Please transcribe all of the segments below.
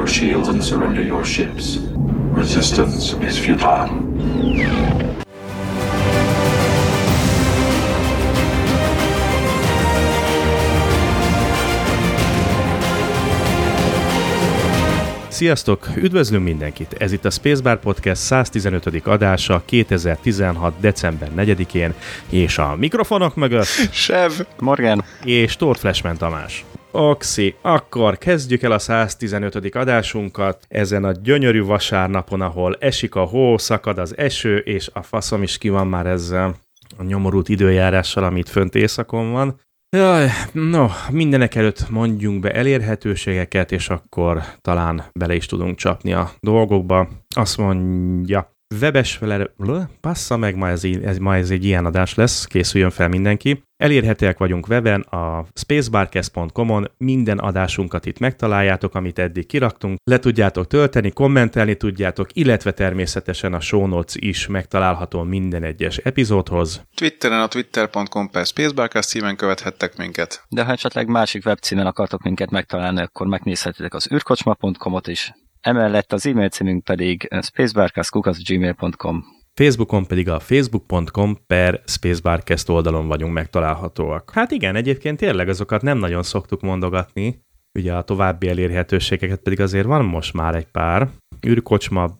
shields and surrender your ships. Resistance is futile. Sziasztok! Üdvözlünk mindenkit! Ez itt a Spacebar Podcast 115. adása 2016. december 4-én, és a mikrofonok mögött Sev, Morgan és Tóth Flashman Tamás. Oxi, akkor kezdjük el a 115. adásunkat ezen a gyönyörű vasárnapon, ahol esik a hó, szakad az eső, és a faszom is ki van már ezzel a nyomorult időjárással, amit fönt éjszakon van. Jaj, no, mindenek előtt mondjunk be elérhetőségeket, és akkor talán bele is tudunk csapni a dolgokba. Azt mondja, webes vele... Passza meg, ma ez egy ilyen adás lesz, készüljön fel mindenki. Elérhetőek vagyunk weben, a spacebarcast.com-on, minden adásunkat itt megtaláljátok, amit eddig kiraktunk. Le tudjátok tölteni, kommentelni tudjátok, illetve természetesen a show notes is megtalálható minden egyes epizódhoz. Twitteren a twitter.com/spacebarcast címen követhettek minket. De ha esetleg másik webcímen akartok minket megtalálni, akkor megnézhetitek az űrkocsma.com-ot is. Emellett az e-mail címünk pedig spacebarcast@gmail.com. Facebookon pedig a facebook.com/spacebarcast oldalon vagyunk megtalálhatóak. Hát igen, egyébként tényleg azokat nem nagyon szoktuk mondogatni, ugye a további elérhetőségeket pedig azért van most már egy pár. űrkocsma,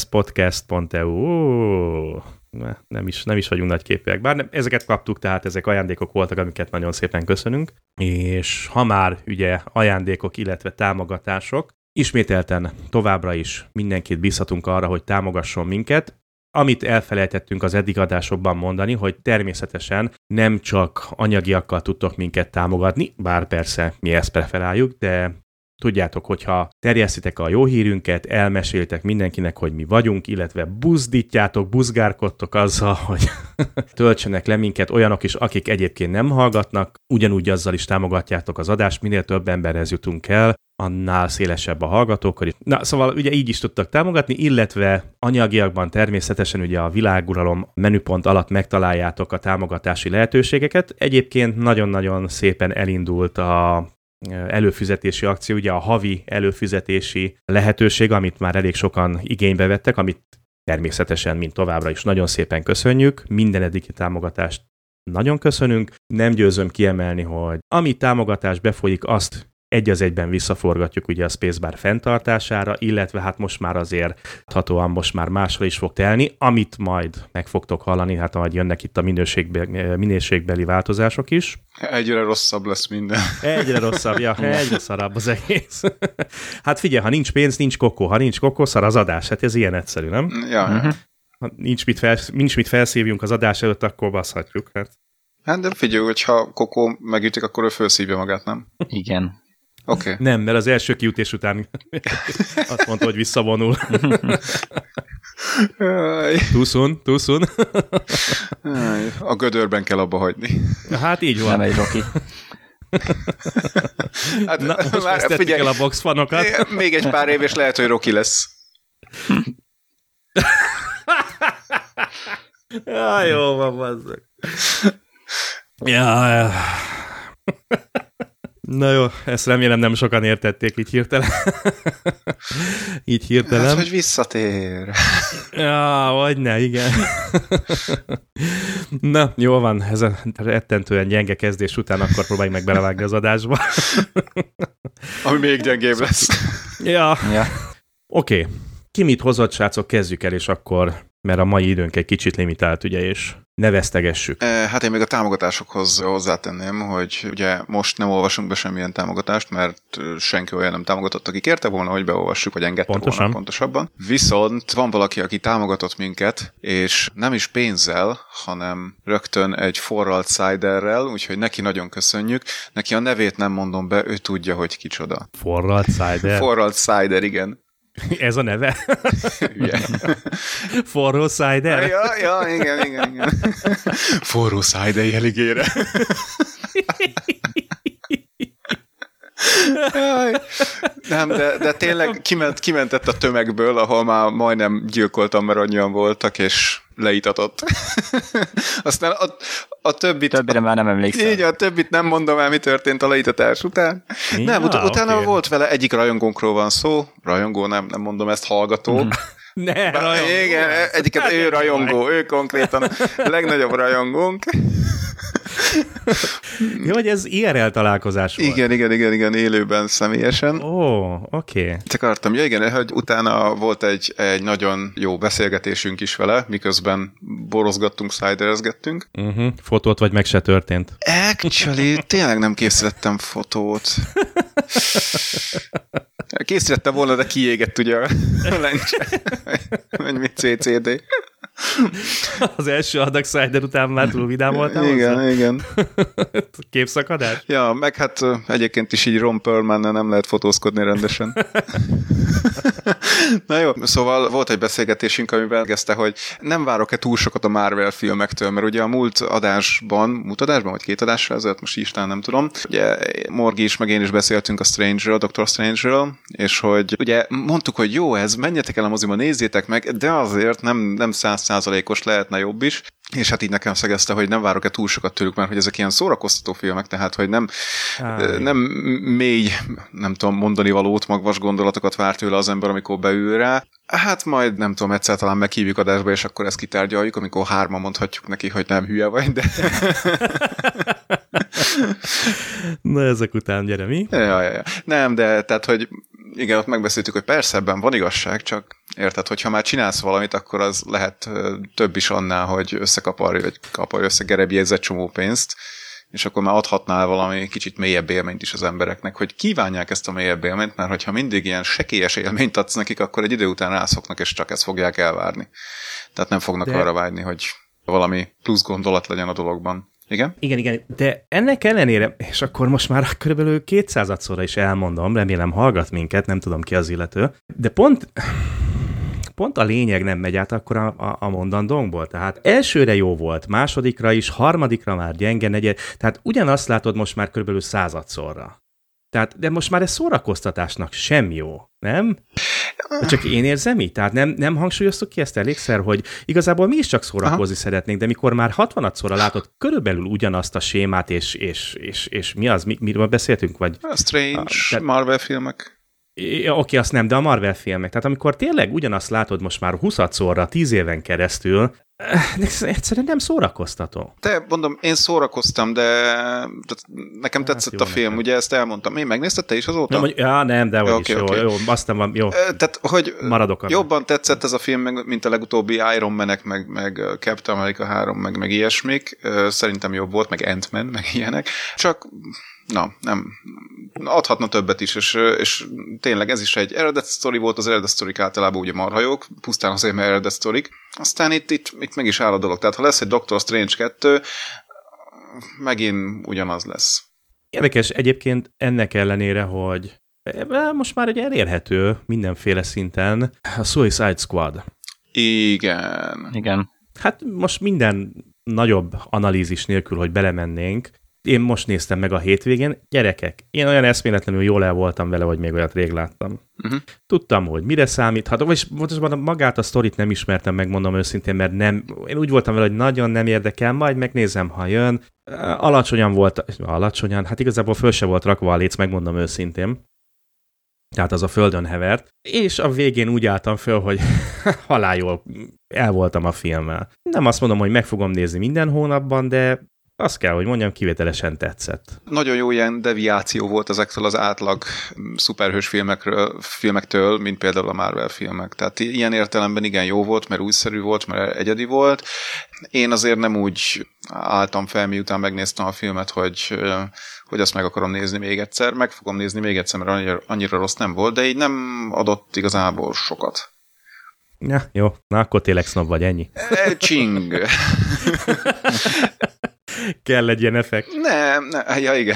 bestpodcast.eu, nem is vagyunk nagyképűek, bár ezeket kaptuk, tehát ezek ajándékok voltak, amiket nagyon szépen köszönünk, és ha már ugye ajándékok, illetve támogatások, ismételten továbbra is mindenkit bízhatunk arra, hogy támogasson minket. Amit elfelejtettünk az eddig adásokban mondani, hogy természetesen nem csak anyagiakkal tudtok minket támogatni, bár persze mi ezt preferáljuk, de tudjátok, hogyha terjesztitek a jó hírünket, elmeséltek mindenkinek, hogy mi vagyunk, illetve buzdítjátok, buzgárkodtok azzal, hogy töltsenek le minket olyanok is, akik egyébként nem hallgatnak, ugyanúgy azzal is támogatjátok az adást, minél több emberhez jutunk el, annál szélesebb a hallgatókör is. Na, szóval ugye így is tudtak támogatni, illetve anyagiakban természetesen ugye a világuralom menüpont alatt megtaláljátok a támogatási lehetőségeket. Egyébként nagyon-nagyon szépen elindult a előfizetési akció, ugye a havi előfizetési lehetőség, amit már elég sokan igénybe vettek, amit természetesen, mint továbbra is nagyon szépen köszönjük. Minden eddigi támogatást nagyon köszönünk. Nem győzöm kiemelni, hogy ami támogatás befolyik, azt egy az egyben visszaforgatjuk ugye a Spacebar fenntartására, illetve hát most már azért hatóan most már másra is fog telni, amit majd meg fogtok hallani, hát majd jönnek itt a minőségbeli változások is. Egyre rosszabb lesz minden. Egyre rosszabb, ja, egyre szarabb az egész. Hát figyelj, ha nincs pénz, nincs kokó. Ha nincs kokó, szar az adás. Hát ez ilyen egyszerű, nem? Ja. Ha nincs mit felszívjunk az adás előtt, akkor baszhatjuk. Hát de figyelj, hogyha kokó megütik, akkor ő felszívja magát, nem? Igen. Okay. Nem, mert az első kiütés után azt mondta, hogy visszavonul. Too soon. A gödörben kell abba hagyni. Hát így van. Nem egy Rocky. Hát, na, most vesztettük el a boxfanokat. Még egy pár év, és lehet, hogy Rocky lesz. Ja, jó van, bazzak. Ja. Na jó, ezt remélem nem sokan értették így hirtelen. Hát, hogy visszatér. Ja, vagy ne, igen. Na, jó van, ez a rettentően gyenge kezdés után akkor próbáljuk meg belevágni az adásba. Ami még gyengébb lesz. Ja. Oké. Ki mit hozott, srácok, kezdjük el, és akkor, mert a mai időnk egy kicsit limitált, ugye, és ne vesztegessük. Hát én még a támogatásokhoz hozzátenném, hogy ugye most nem olvasunk be semmilyen támogatást, mert senki olyan nem támogatott, aki kérte volna, hogy beolvassuk, vagy engedte volna pontosabban. Viszont van valaki, aki támogatott minket, és nem is pénzzel, hanem rögtön egy forralt ciderrel, úgyhogy neki nagyon köszönjük. Neki a nevét nem mondom be, ő tudja, hogy kicsoda. Forralt cider? Forralt cider, igen. Ez a neve? Yeah. Forró cider? Ja, igen. Forró cider jeligére. Nem, de tényleg kimentett a tömegből, ahol már majdnem gyilkoltam, mert annyian voltak, és leítatott. Aztán a többit... Többire már nem emlékszem. Így, a többit nem mondom el, mi történt a leítatás után. Ja, Nem, utána okay. volt vele, egyik rajongónkról van szó, rajongó, nem mondom ezt, hallgató. Ne, rajongó. Igen, egyiket ő rajongó, ő konkrétan a legnagyobb rajongónk. Jó, hogy ez IRL találkozás volt. Igen, élőben, személyesen. Oké. Csak akartam, igen, hogy utána volt egy nagyon jó beszélgetésünk is vele, miközben borozgattunk, ciderezgettünk. Fotót vagy meg se történt. Actually, tényleg nem készítettem fotót. Készítettem volna, de kiégett ugye a lencse. Vagy mit CCD. Az első adag cider után már túl vidám voltál? Igen. Képszakadás? Ja, meg hát egyébként is így Ron Perlmannel nem lehet fotózkodni rendesen. Na jó, szóval volt egy beszélgetésünk, amiben kezdte, hogy nem várok-e túl sokat a Marvel filmektől, mert ugye a múlt adásban, vagy 2 adásra, ezért most Isten nem tudom, ugye Morgi is, meg én is beszéltünk a Strange-ről, Doctor Strange-ről, és hogy ugye mondtuk, hogy jó ez, menjetek el a moziba, nézzétek meg, de azért nem 100%-os lehetne jobb is, és hát így nekem szegezte, hogy nem várok-e túl sokat tőlük, mert hogy ezek ilyen szórakoztató filmek, tehát hogy nem mély, nem tudom, mondani valót, magvas gondolatokat vár tőle az ember, amikor beül rá. Hát majd nem tudom, egyszer talán meghívjuk adásba, és akkor ezt kitárgyaljuk, amikor 3-an mondhatjuk neki, hogy nem hülye vagy, de... Na ezek után gyere, mi? Ja. Nem, de tehát, hogy igen, ott megbeszéltük, hogy persze ebben van igazság, csak érted, hogyha már csinálsz valamit, akkor az lehet több is annál, hogy összekaparj, vagy kaparj összegerebjézz egy csomó pénzt, és akkor már adhatnál valami kicsit mélyebb élményt is az embereknek, hogy kívánják ezt a mélyebb élményt, mert hogyha mindig ilyen sekélyes élményt adsz nekik, akkor egy idő után rászoknak, és csak ezt fogják elvárni. Tehát nem fognak arra vágyni, hogy valami plusz gondolat legyen a dologban. Igen? Igen, de ennek ellenére, és akkor most már körülbelül 200-szorra is elmondom, remélem hallgat minket, nem tudom ki az illető, de pont a lényeg nem megy át akkor a mondandónkból. Tehát elsőre jó volt, másodikra is, harmadikra már gyenge, negyed, tehát ugyanazt látod most már körülbelül 100-szorra. Tehát, de most már ez szórakoztatásnak sem jó, nem? Csak én érzem így? Tehát nem hangsúlyoztuk ki ezt elégszer, hogy igazából mi is csak szórakozni szeretnénk, de mikor már 60-szorra látod körülbelül ugyanazt a sémát, és mi az? Miről beszéltünk? Vagy, a Strange, Marvel filmek. Oké, azt nem, de a Marvel filmek. Tehát amikor tényleg ugyanazt látod most már 20-szorra, 10 éven keresztül, egyszerűen nem szórakoztató. Te, mondom, én szórakoztam, de nekem tetszett a film, ugye ezt elmondtam. Én megnézted te is azóta? Nem, de hogy is jó, aztán van, jó. Tehát, hogy maradok jobban tetszett ez a film, mint a legutóbbi Iron Man-ek, meg Captain America 3, meg ilyesmik. Szerintem jobb volt, meg Ant-Man, meg ilyenek. Csak nem. Adhatna többet is, és tényleg ez is egy eredet sztori volt, az eredet sztorik általában ugye marhajók, pusztán azért, mert eredet sztorik. Aztán itt meg is áll a dolog. Tehát ha lesz egy Doctor Strange 2, megint ugyanaz lesz. Érdekes egyébként ennek ellenére, hogy most már ugye elérhető mindenféle szinten a Suicide Squad. Igen. Hát most minden nagyobb analízis nélkül, hogy belemennénk, én most néztem meg a hétvégén, gyerekek, én olyan eszméletlenül jól el voltam vele, hogy még olyat rég láttam. Tudtam, hogy mire számíthatok, és magát a sztorit nem ismertem, megmondom őszintén, mert én úgy voltam vele, hogy nagyon nem érdekel, majd megnézem, ha jön. Alacsonyan, hát igazából föl se volt rakva a léc, megmondom őszintén. Tehát az a földön hevert, és a végén úgy álltam föl, hogy haláljól el voltam a filmmel. Nem azt mondom, hogy meg fogom nézni minden hónapban, de azt kell, hogy mondjam, kivételesen tetszett. Nagyon jó ilyen deviáció volt ezektől az átlag szuperhős filmektől, mint például a Marvel filmek. Tehát ilyen értelemben igen jó volt, mert újszerű volt, mert egyedi volt. Én azért nem úgy álltam fel, miután megnéztem a filmet, hogy azt meg akarom nézni még egyszer. Meg fogom nézni még egyszer, mert annyira rossz nem volt, de így nem adott igazából sokat. Ja, jó, na akkor tényleg sznob vagy, ennyi. Csing! Kell egy ilyen effekt. Nem, ja igen.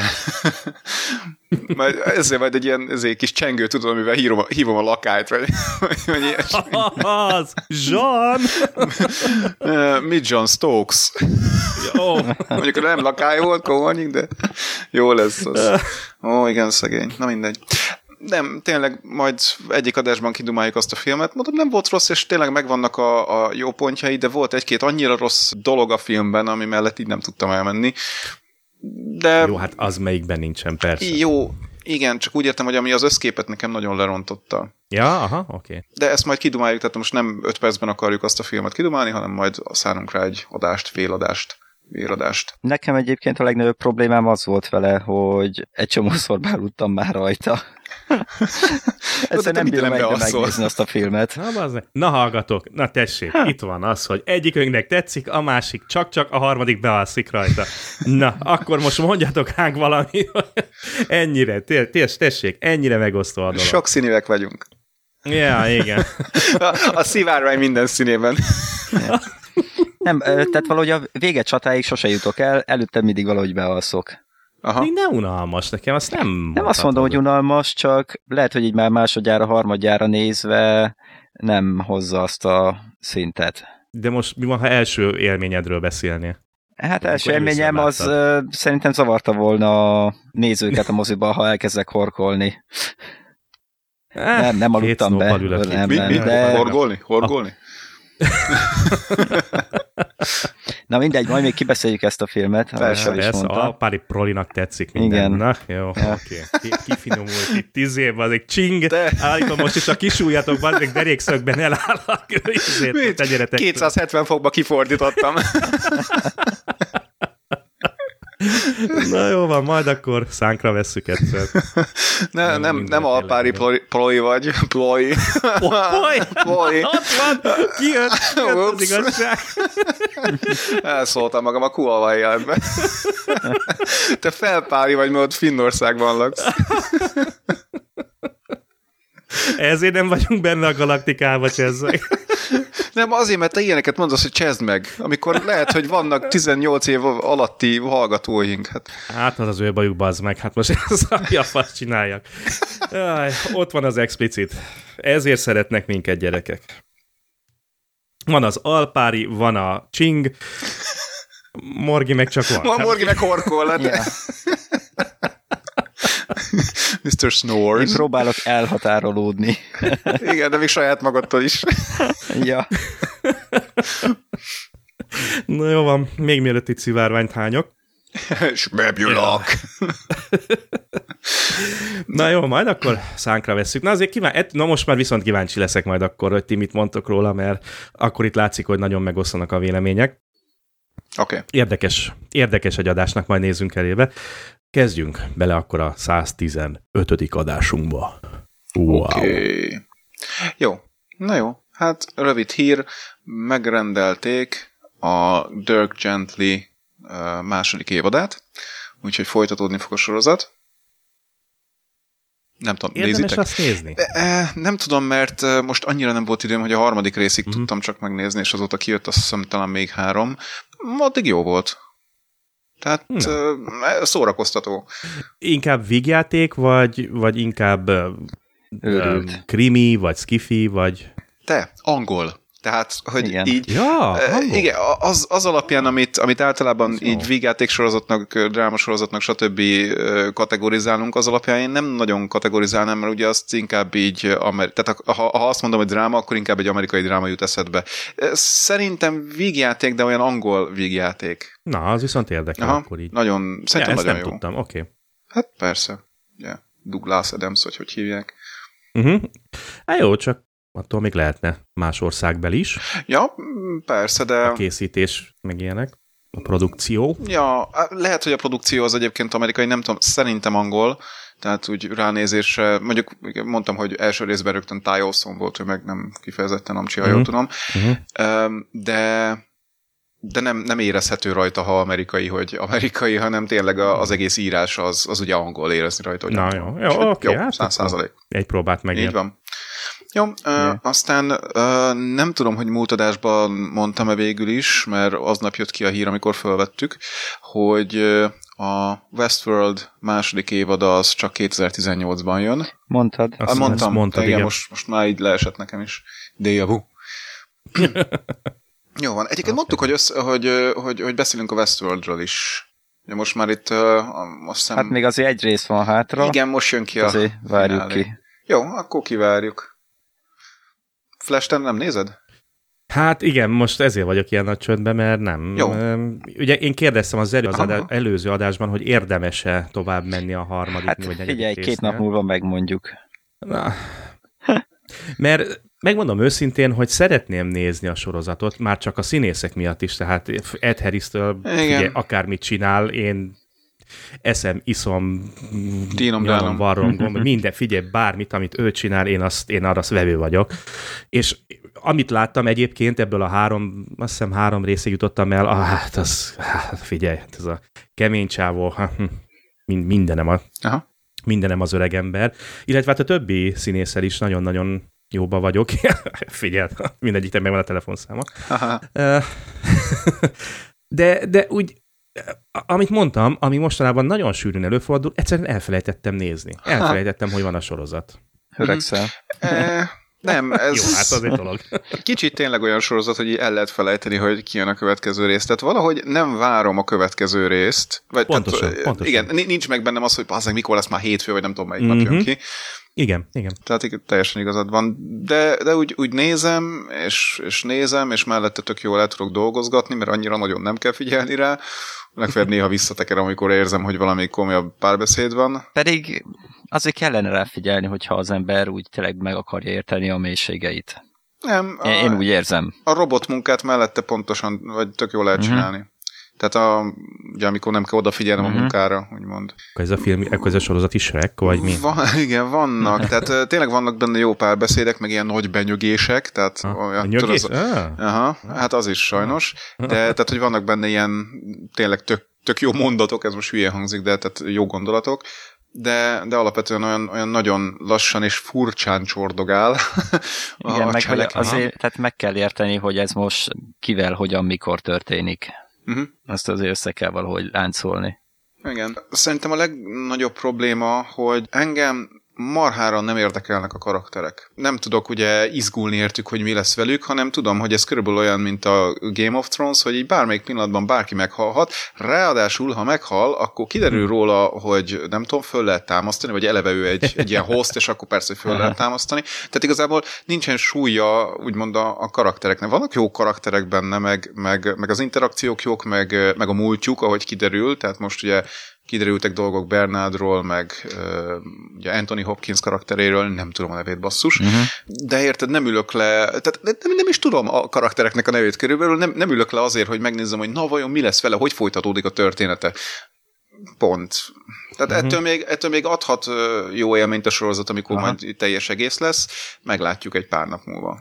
Ezzel majd egy ilyen kis csengő, tudod, amivel hívom a lakályt, vagy ilyesmi. Az! John! Mi John Stokes? Jó. Mondjuk nem lakály volt, komolyik, de jó lesz az. Ó, igen, szegény. Na mindegy. Nem, tényleg majd egyik adásban kidumáljuk azt a filmet. Mondom, nem volt rossz, és tényleg megvannak a jó pontjai, de volt egy-két annyira rossz dolog a filmben, ami mellett így nem tudtam elmenni. De... Jó, hát az melyikben nincsen, persze. Jó, igen, csak úgy értem, hogy ami az összképet nekem nagyon lerontotta. Ja, aha, oké. De ezt majd kidumáljuk, tehát most nem 5 percben akarjuk azt a filmet kidumálni, hanem majd szánunk rá egy adást, féladást, véradást. Nekem egyébként a legnagyobb problémám az volt vele, hogy egy csomószor bealudtam már rajta. Egyszerűen nem bírom egybe megnézni azt a filmet. Na hallgatok, na tessék, itt van az, hogy egyikünknek tetszik, a másik csak a harmadik bealszik rajta. Na, akkor most mondjatok ránk valami, ennyire, tessék, ennyire megosztó a dolog. Sokszínűek vagyunk. Ja, igen. A szivárvány minden színében. Ja. Nem, tehát valahogy a vége csatáig sose jutok el, előtte mindig valahogy bealszok. Aha. Még nem unalmas nekem, azt nem... Nem azt mondom, hogy unalmas, csak lehet, hogy így már másodjára, harmadjára nézve nem hozza azt a szintet. De most mi van, ha első élményedről beszélnél? Hát első élményem az szerintem zavarta volna a nézőket a moziba, ha elkezdek horkolni. Nem aludtam be. Horgolni? Na mindegy, majd még kibeszéljük ezt a filmet. Persze, a Pári Prolinak tetszik minden. Igen. Na, jó, ja. Oké. Kifinomult itt 10 év, az egy csing. Állítom, most is a kisúlyatok, bazzik derékszögben eláll a 270 fokba kifordítottam. Na jó van, majd akkor szánkra vesszük egyszer. Nem Alpári Ploi vagy. Ploi. Ott van, kijött az igazság. Elszóltam magam a kualvajjálbe. Te Felpári vagy, mert ott Finnországban laksz. Ezért nem vagyunk benne a galaktikába, csezzeg. Nem, azért, mert te ilyeneket mondasz, hogy csezd meg, amikor lehet, hogy vannak 18 év alatti hallgatóink. Hát az ő bajuk, bazd meg, hát most ez a fasz csináljak. Jaj, ott van az explicit. Ezért szeretnek minket gyerekek. Van az Alpári, van a Csing, Morgi meg csak van. Morgi meg horkol, hát. Yeah. Mr. Snores. Én próbálok elhatárolódni. Igen, de még saját magadtól is. Ja. Na jó van, még mielőtt itt szivárványt hányok. És bebjülök. Na jó, majd akkor szánkra vesszük. Na azért na most már viszont kíváncsi leszek majd akkor, hogy ti mit mondtok róla, mert akkor itt látszik, hogy nagyon megosztanak a vélemények. Oké. Érdekes egy adásnak, majd nézzünk elébe. Kezdjünk bele akkor a 115. adásunkba. Wow. Oké. Jó. Na jó. Hát rövid hír. Megrendelték a Dirk Gently második évadát, úgyhogy folytatódni fog a sorozat. Nem tudom, érdemes nézitek? Azt nézni? Nem tudom, mert most annyira nem volt időm, hogy a harmadik részig tudtam csak megnézni, és azóta kijött, azt hiszem, talán még 3. Addig jó volt. Tehát szórakoztató. Inkább vígjáték, vagy inkább krimi, vagy skifi, vagy... Te, angol. Tehát, hogy igen. így... Ja, igen, az alapján, amit általában az így vígjátéksorozatnak, drámasorozatnak, stb. Kategorizálunk, az alapján én nem nagyon kategorizálnám, mert ugye azt inkább így... Tehát ha azt mondom, hogy dráma, akkor inkább egy amerikai dráma jut eszedbe. Szerintem vígjáték, de olyan angol vígjáték. Na, az viszont érdekel. Aha, akkor így. Szerintem nagyon nem jó. Tudtam, oké. Hát persze. Yeah. Douglas Adams, hogy hívják. Hát jó, csak attól még lehetne más országbeli is. Ja, persze, de... A készítés, meg ilyenek. A produkció. Ja, lehet, hogy a produkció az egyébként amerikai, nem tudom, szerintem angol, tehát úgy ránézésre, mondjuk mondtam, hogy első részben rögtön Ty Olsson volt, hogy meg nem kifejezetten amcsi, ha jól tudom, de nem érezhető rajta, ha amerikai, hanem tényleg az egész írás az ugye angol, érezni rajta. Hogy na jó, oké. Jó, 100%. Egy próbát megér. Így van. Jó, aztán nem tudom, hogy múlt adásban mondtam-e végül is, mert aznap jött ki a hír, amikor felvettük, hogy a Westworld második évada az csak 2018-ban jön. Mondtad. Mondtam, igen. Most már így leesett nekem is. Déjà vu. Jó van. Egyébként mondtuk, hogy beszélünk a Westworldről is Most már itt azt hiszem... Hát még azért egy rész van hátra. Igen, most jön ki azért várjuk finálé. ki. Jó, akkor kivárjuk. Flash-t nem nézed? Hát igen, most ezért vagyok ilyen nagy csöndben, mert nem. Jó. Ugye én kérdeztem az előző adásban, hogy érdemes-e tovább menni a harmadik Hát vagy negyedik figyelj, résznél. 2 nap múlva megmondjuk. Na. Mert megmondom őszintén, hogy szeretném nézni a sorozatot, már csak a színészek miatt is, tehát Ed Harris-től figyelj, akármit csinál, én eszem, iszom, nyalom, varrongom, minden, figyelj, bármit, amit ő csinál, én arra vevő vagyok. És amit láttam egyébként ebből azt hiszem 3 részig jutottam el, figyelj, ez a kemény csávó, mindenem az öreg ember. Illetve hát a többi színészel is nagyon-nagyon jóba vagyok. Figyelj, mindegyiknek megvan a telefonszáma. De úgy, amit mondtam, ami mostanában nagyon sűrűn előfordul, egyszerűen elfelejtettem nézni. Elfelejtettem, hogy van a sorozat. Öregszel. Nem, ez... Jó, hát az egy dolog. Kicsit tényleg olyan sorozat, hogy el lehet felejteni, hogy ki jön a következő részt. Tehát valahogy nem várom a következő részt. Vagy, pontosan. Igen, nincs meg bennem az, hogy bazzeg, mikor lesz már hétfő, vagy nem tudom, melyik nap jön ki. Igen. Tehát teljesen igazad van. De úgy nézem, és nézem, és mellette tök jól el tudok dolgozgatni, mert annyira nagyon nem kell figyelni rá. Legfeljebb néha visszatekerem, amikor érzem, hogy valami komolyabb párbeszéd van. Pedig azért kellene rá figyelni, hogyha az ember úgy tényleg meg akarja érteni a mélységeit. Nem. Én úgy érzem. A robotmunkát mellette pontosan, vagy tök jól lehet csinálni. Tehát ugye, amikor nem kell odafigyelnem a munkára, úgymond. Ez a sorozat is Shrek, vagy mi? Igen, vannak. Tehát tényleg vannak benne jó párbeszédek, meg ilyen nagy benyögések. Tehát hát az is sajnos. De tehát, hogy vannak benne ilyen tényleg tök jó mondatok, ez most hülye hangzik, de tehát jó gondolatok. De alapvetően olyan nagyon lassan és furcsán csordogál. Igen, azért tehát meg kell érteni, hogy ez most kivel, hogyan, mikor történik. Azt azért össze kell valahogy láncolni. Igen. Szerintem a legnagyobb probléma, hogy engem marhára nem érdekelnek a karakterek. Nem tudok ugye izgulni értük, hogy mi lesz velük, hanem tudom, hogy ez körülbelül olyan, mint a Game of Thrones, hogy így bármelyik pillanatban bárki meghalhat, ráadásul, ha meghal, akkor kiderül róla, hogy nem tudom, föl lehet támasztani, vagy eleve ő egy ilyen host, és akkor persze, hogy föl lehet támasztani. Tehát igazából nincsen súlya, úgymond a karaktereknek. Vannak jó karakterek benne, meg az interakciók jók, meg a múltjuk, ahogy kiderül, tehát most ugye kiderültek dolgok Bernardról, meg ugye Anthony Hopkins karakteréről, nem tudom a nevét, basszus, de érted, nem ülök le, tehát nem is tudom a karaktereknek a nevét körülbelül, nem ülök le azért, hogy megnézzem, hogy na vajon mi lesz vele, hogy folytatódik a története. Pont. Tehát ettől még adhat jó élményt a sorozat, amikor majd teljes egész lesz, meglátjuk egy pár nap múlva.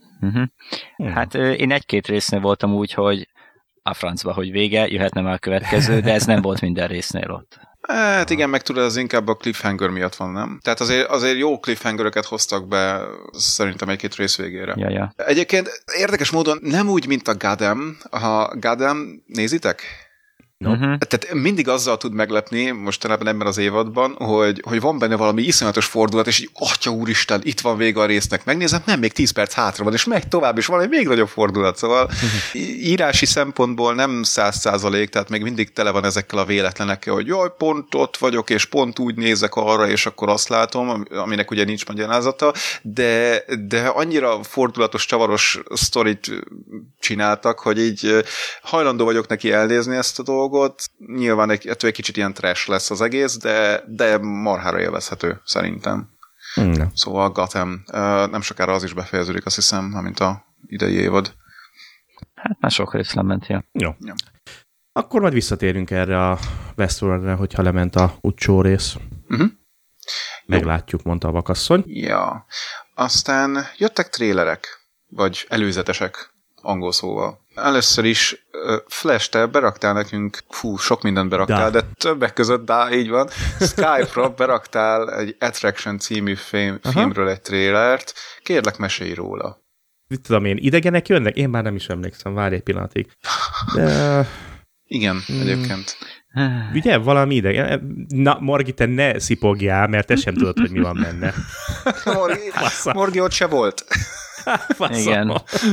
Hát én 1-2 résznél voltam úgy, hogy a francba, hogy vége, jöhetne már a következő, de ez nem volt minden résznél ott. Hát igen, meg tudod, az inkább a cliffhanger miatt van, nem? Tehát azért jó cliffhangeröket hoztak be szerintem 1-2 rész végére. Ja. Egyébként érdekes módon nem úgy, mint a Gotham. A Gotham, nézitek? No. Tehát mindig azzal tud meglepni, mostanában ebben az évadban, hogy van benne valami iszonyatos fordulat, és így, atya úristen, itt van vége a résznek. Megnézem, nem, még 10 perc hátra van, és megy tovább, és valami még nagyobb fordulat. Szóval írási szempontból nem 100%, tehát még mindig tele van ezekkel a véletlenekkel, hogy jaj, pont ott vagyok, és pont úgy nézek arra, és akkor azt látom, aminek ugye nincs magyarázata, de annyira fordulatos, csavaros sztorit csináltak, hogy így hajlandó vagyok neki elnézni ezt a dolgot. Nyilván ettől egy kicsit ilyen trash lesz az egész, de marhára élvezhető, szerintem. Szóval Gotham, nem sokára az is befejeződik, azt hiszem, amint a idei évad. Hát már sok rész lement, ja. Jó. Akkor majd visszatérünk erre a Westworldre, hogyha lement a utcsó rész. Meglátjuk, mondta a vakasszony. Ja. Aztán jöttek trélerek, vagy előzetesek, angol szóval. Először is Flash, te beraktál nekünk, sok mindent beraktál, de többek között, így van, Skype-ra beraktál egy Attraction című filmről egy trélert. Kérlek, mesélj róla. Mit tudom én, idegenek jönnek? Én már nem is emlékszem, várj egy pillanatig. De... Igen, egyébként. Ugye, valami idegen. Na, Morgi, te ne szipogjál, mert te sem tudod, hogy mi van benne. Morgi ott se volt. Igen.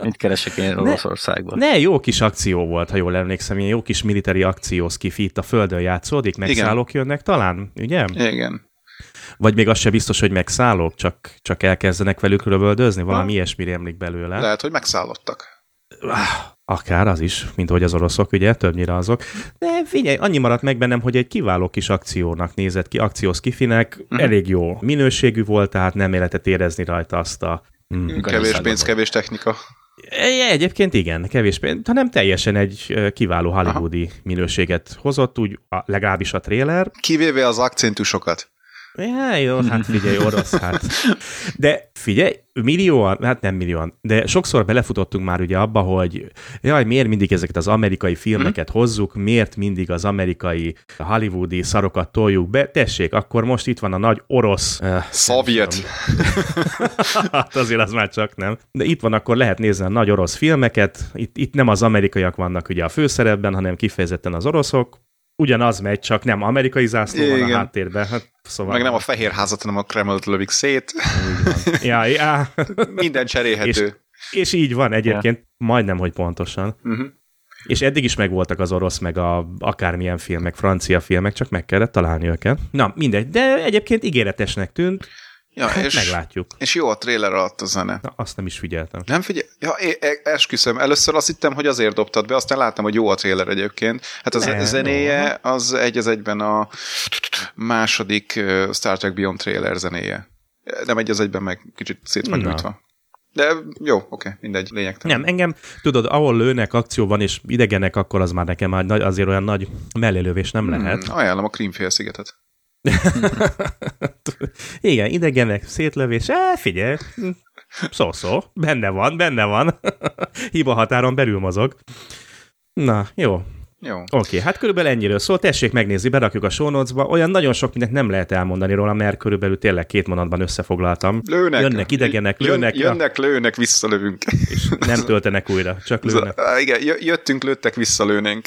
Mit keresek én Oroszországban? Ne, jó kis akció volt, ha jól emlékszem, ilyen jó kis military akció szkifi, itt a földön játszódik, megszállók jönnek talán, ugye? Igen. Vagy még az se biztos, hogy megszállók, csak elkezdenek velük lövöldözni, valami ilyesmire emlik belőle. Lehet, hogy megszállottak. Akár az is, mint hogy az oroszok, ugye, többnyire azok. De figyelj, annyi maradt meg bennem, hogy egy kiváló kis akciónak nézett ki, akciószkifinek, elég jó minőségű volt, tehát nem lehetett érezni rajta azt a... Kevés pénz, kevés technika. Egyébként igen, kevés pénz, hanem teljesen egy kiváló hollywoodi minőséget hozott, úgy legalábbis a trailer. Kivéve az akcentusokat. Ja, jó, hát figyelj, orosz, hát. De figyelj, millióan, hát nem millióan, de sokszor belefutottunk már ugye abba, hogy jaj, miért mindig ezeket az amerikai filmeket hozzuk, miért mindig az amerikai hollywoodi szarokat toljuk be, tessék, akkor most itt van a nagy orosz... Szovjet. Hát azért az már csak nem. De itt van, akkor lehet nézni a nagy orosz filmeket, itt nem az amerikaiak vannak ugye a főszerepben, hanem kifejezetten az oroszok, ugyanaz megy, csak nem amerikai zászló van a háttérben. Hát, szóval meg nem a Fehérházat, hanem a Kremlt lövik szét. Ja. Minden cserélhető. És így van egyébként, majdnem, hogy pontosan. És eddig is megvoltak az orosz, meg akármilyen filmek, francia filmek, csak meg kellett találni őket. Na, mindegy, de egyébként ígéretesnek tűnt. Ja, hát meglátjuk. És jó a trailer alatt a zene. Na, azt nem is figyeltem. Nem figyel? Ja, esküszöm. Először azt hittem, hogy azért dobtad be, aztán láttam, hogy jó a trailer egyébként. Hát a zenéje az egyben a második Star Trek Beyond trailer zenéje. Nem egyben, meg kicsit szét van nyújtva. De jó, oké, mindegy, lényegtelen. Nem, engem, tudod, ahol lőnek, akcióban és idegenek, akkor az már nekem azért olyan nagy mellélövés nem lehet. Ajánlom a Krím-félszigetet. Igen, idegenek, szétlövés, figyelj, szó, benne van. Hiba határon belül mozog. Na, jó. Oké, hát körülbelül ennyiről szól, tessék megnézni, berakjuk a show notes-ba, olyan nagyon sok mindent nem lehet elmondani róla, mert körülbelül tényleg 2 mondatban összefoglaltam. Lőnek. Jönnek, idegenek, lőnek. Jönnek, lőnek, visszalövünk. És nem töltenek újra, csak lőnek. Igen, jöttünk, lőttek, visszalőnénk.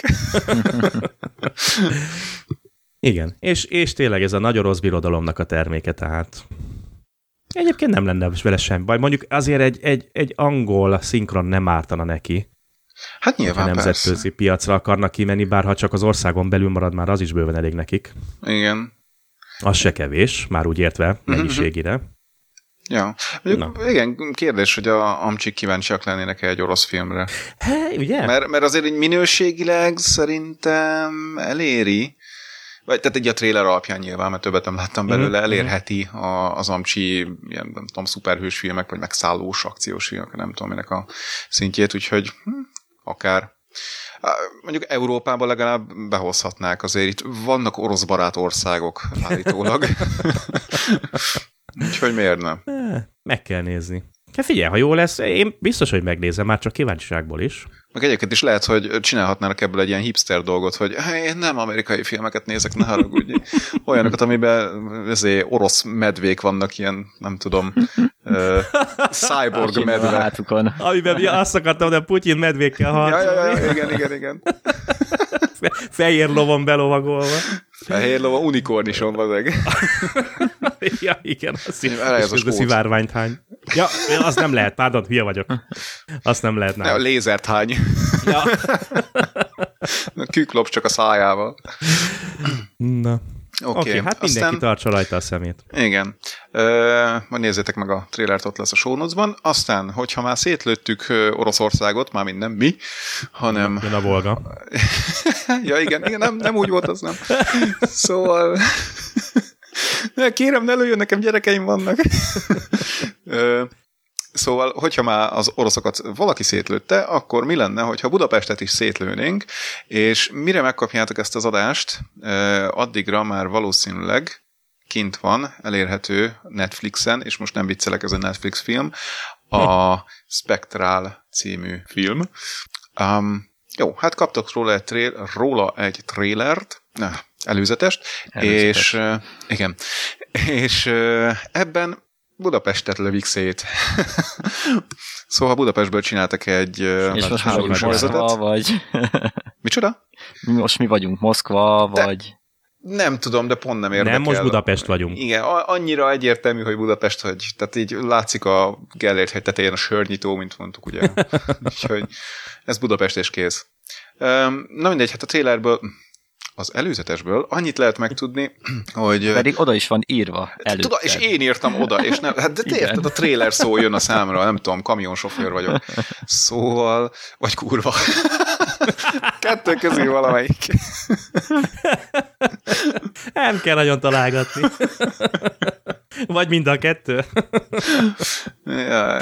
Igen, és tényleg ez a nagy orosz birodalomnak a terméke, tehát egyébként nem lenne vele semmi baj. Mondjuk azért egy angol szinkron nem ártana neki. Hát nyilván nemzetközi piacra akarnak kimenni, bár ha csak az országon belül marad, már az is bőven elég nekik. Igen. Az se kevés, már úgy értve mennyiségére. Ja. Igen, kérdés, hogy a amcsik kíváncsiak lennének egy orosz filmre. Ugye? Mert azért így minőségileg szerintem eléri, vagy tehát egy a trailer alapján nyilván, mert többet nem láttam belőle, elérheti az amcsi ilyen, nem tudom, szuperhős filmek, vagy megszállós akciós filmek, nem tudom minek a szintjét, úgyhogy akár. Mondjuk Európában legalább behozhatnák, azért itt vannak orosz barát országok állítólag. Úgyhogy miért nem? Meg kell nézni. Hát figyelj, ha jó lesz, én biztos, hogy megnézem, már csak kíváncsiságból is. Meg egyébként is lehet, hogy csinálhatnának ebből egy ilyen hipster dolgot, hogy én nem amerikai filmeket nézek, ne haragudj. Olyanokat, amiben orosz medvék vannak, ilyen, nem tudom, cyborg medve. Amiben azt akartam, de Putyin medvékkel harcolni. Ja, igen. Fehér lovon belovagolva. Fehér lovon, unikornison vazeg. Ja, igen, az szivárványt hány. Ja, az nem lehet, pardon, hülye vagyok. Azt nem lehet nálam. Lézert hány. Ja. Küklopsz csak a szájával. Na. Oké, hát mindenki tartsa rajta a szemét. Igen. Majd nézzétek meg a trailert, ott lesz a show notes-ban. Aztán, hogyha már szétlőttük Oroszországot, már nem mi, hanem... Jön a Volga. Ja, igen, nem úgy volt az, nem. Szóval... Kérem, ne lőjön, nekem gyerekeim vannak. Szóval, hogyha már az oroszokat valaki szétlőtte, akkor mi lenne, hogyha Budapestet is szétlőnénk, és mire megkapjátok ezt az adást, addigra már valószínűleg kint van, elérhető Netflixen, és most nem viccelek, ez a Netflix film, a Spectral című film. Jó, hát kaptok róla egy trailert, előzetest, és igen, és ebben Budapestet lövik szét. Szóval Budapestből csináltak egy és most háborús sorozatot. Vagy... Micsoda? Most mi vagyunk Moszkva, vagy... Nem tudom, de pont nem érdekel. Nem, most Budapest vagyunk. Igen, annyira egyértelmű, hogy Budapest, hogy tehát így látszik a Gellért hegy tetején a sörnyitó, mint mondtuk, ugye. Úgyhogy ez Budapest és kész. Na mindegy, hát a trailerből, az előzetesből annyit lehet megtudni, hogy... Pedig oda is van írva előtted. És én írtam oda, és nem, hát de te érted, a trailer szó jön a számra, nem tudom, kamionsofőr vagyok. Szóval, vagy kurva. Kettő közül valamelyik. Nem kell nagyon találgatni. Vagy mind a kettő. Jaj.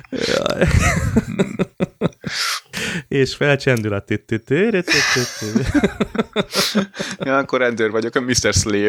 És felcsendül a Ja, akkor rendőr vagyok, a Mr. Slave.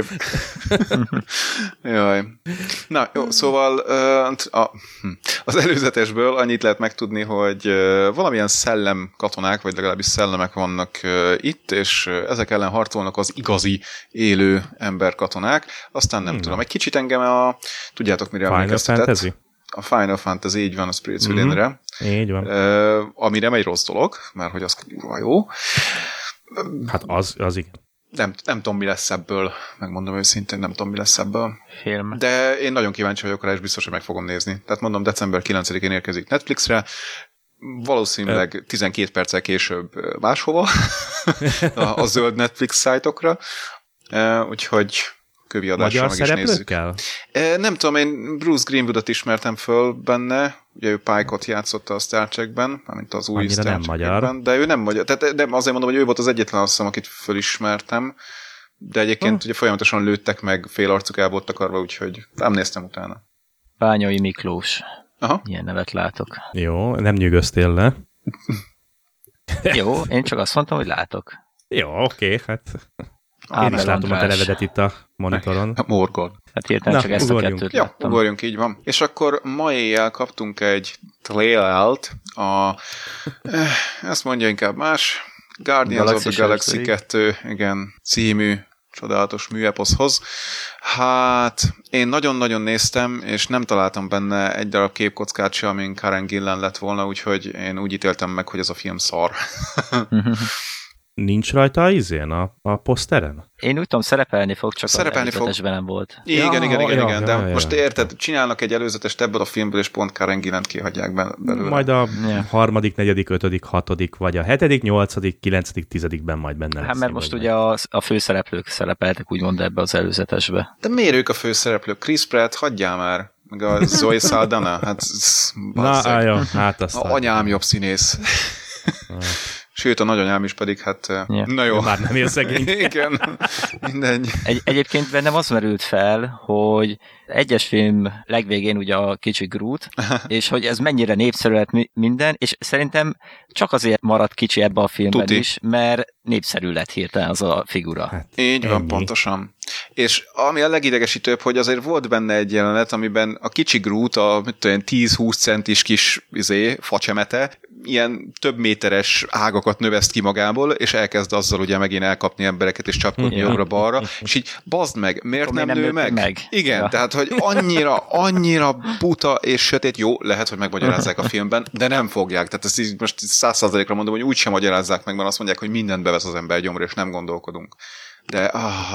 Jaj. Na, jó, szóval az előzetesből annyit lehet megtudni, hogy valamilyen szellem katonák, vagy legalábbis szellemek vannak itt, és ezek ellen harcolnak az igazi élő emberkatonák. Aztán nem tudom, egy kicsit engem tudjátok, mire emlékeztetett? A Final Fantasy, így van, a Spirits Within-re. Így van. Ami nem egy rossz dolog, mert hogy az kurva jó. Hát az igen. Nem tudom, mi lesz ebből, megmondom őszintén, nem tudom, mi lesz ebből. Film. De én nagyon kíváncsi vagyok rá, és biztos, hogy meg fogom nézni. Tehát mondom, december 9-én érkezik Netflixre, valószínűleg 12 perccel később máshova, a zöld Netflix szájtokra, úgyhogy kövi adásra meg is nézzük. Nem tudom, én Bruce Greenwoodot ismertem föl benne, ugye ő Pike-ot játszotta a Star Trek-ben, mármint az új Star Trek-ben, de ő nem magyar. Tehát nem, azért mondom, hogy ő volt az egyetlen, azt hiszem, akit fölismertem, de egyébként ugye folyamatosan lőttek meg, fél arcuk el volt takarva, úgyhogy nem néztem utána. Bányai Miklós. Aha. Ilyen nevet látok. Jó, nem nyűgöztél le. Jó, én csak azt mondtam, hogy látok. Jó, oké, hát... Én is látom a te nevedet itt a monitoron. Morgon. Hát hirtelen csak ezt ugorjunk. a kettőt láttam. Ugorjunk, így van. És akkor ma éjjel kaptunk egy trailert ezt mondja inkább más, Guardians of the Galaxy 2, igen, című csodálatos műeposzhoz. Hát, én nagyon-nagyon néztem, és nem találtam benne egy darab képkockát se, amin Karen Gillan lett volna, úgyhogy én úgy ítéltem meg, hogy ez a film szar. Nincs rajta izén a poszteren? Én úgy tudom, szerepelni fog, csak szerepelni az előzetesben nem volt. Igen, de most érted, csinálnak egy előzetest ebből a filmből, és pont Karen Gillant kihagyják belőle. Majd a 3., 4., 5., 6., vagy a 7., 8., 9., 10-ben majd benne lesz. Hát mert most ugye a főszereplők szerepeltek úgymond ebbe az előzetesbe. De miért ők a főszereplők? Chris Pratt, hagyjál már! Meg a Zoe Saldana, hát jó, hát aztán. Anyám jobb színész. Sőt, a nagyanyám is pedig, hát... Yeah. Na jó. Már nem él szegény. Igen, mindegy. Egyébként bennem az merült fel, hogy egyes film legvégén ugye a kicsi Groot, és hogy ez mennyire népszerű lett minden, és szerintem csak azért maradt kicsi ebbe a filmben is, mert népszerű lett hirtelen az a figura. Hát, így van, pontosan. És ami a legidegesítőbb, hogy azért volt benne egy jelenet, amiben a kicsi Groot, a 10-20 centis kis facsemete, ilyen több méteres ágakat növeszt ki magából, és elkezd azzal ugye megint elkapni embereket, és csapkodni jobbra-balra, és így bazd meg, miért nem nő meg? Igen, ja. Tehát, hogy annyira buta és sötét, jó, lehet, hogy megmagyarázzák a filmben, de nem fogják. Tehát ezt így most 100%-ra mondom, hogy úgysem magyarázzák meg, mert azt mondják, hogy mindent bevesz az ember gyomra, és nem gondolkodunk. De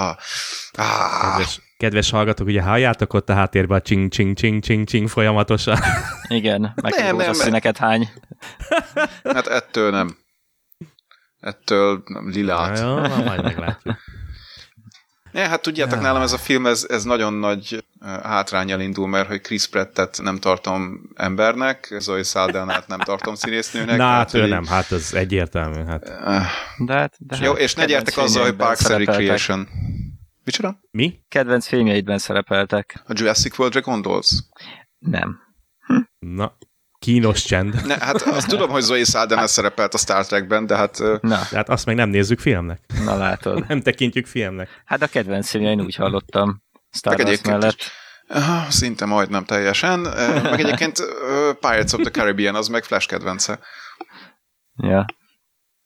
Kedves hallgatók, ugye halljátok ott a háttérben a csing folyamatosan? Igen, meg a színeket hány. Hát ettől nem. Ettől lilát. Jó, majd meglátjuk. Hát tudjátok, nálam ez a film, ez nagyon nagy hátránnyal indul, mert hogy Chris Prattet nem tartom embernek, Zoe Saldanát nem tartom színésznőnek. Na, hát ő nem, hát ez egyértelmű. Hát. De jó, és ne gyertek azzal, hogy Parks and Recreation. Micsoda? Mi? Kedvenc filmjeidben szerepeltek. A Jurassic World-re gondolsz? Nem. Na, kínos csend. Ne, hát azt tudom, hogy Zoe Saldana szerepelt a Star Trekben, de hát... De hát azt meg nem nézzük filmnek. Na látod. Nem tekintjük filmnek. Hát a kedvenc filmjein úgy hallottam Star Wars mellett. Szinte majdnem teljesen. Meg egyébként Pirates of the Caribbean, az meg Flash kedvence. Ja.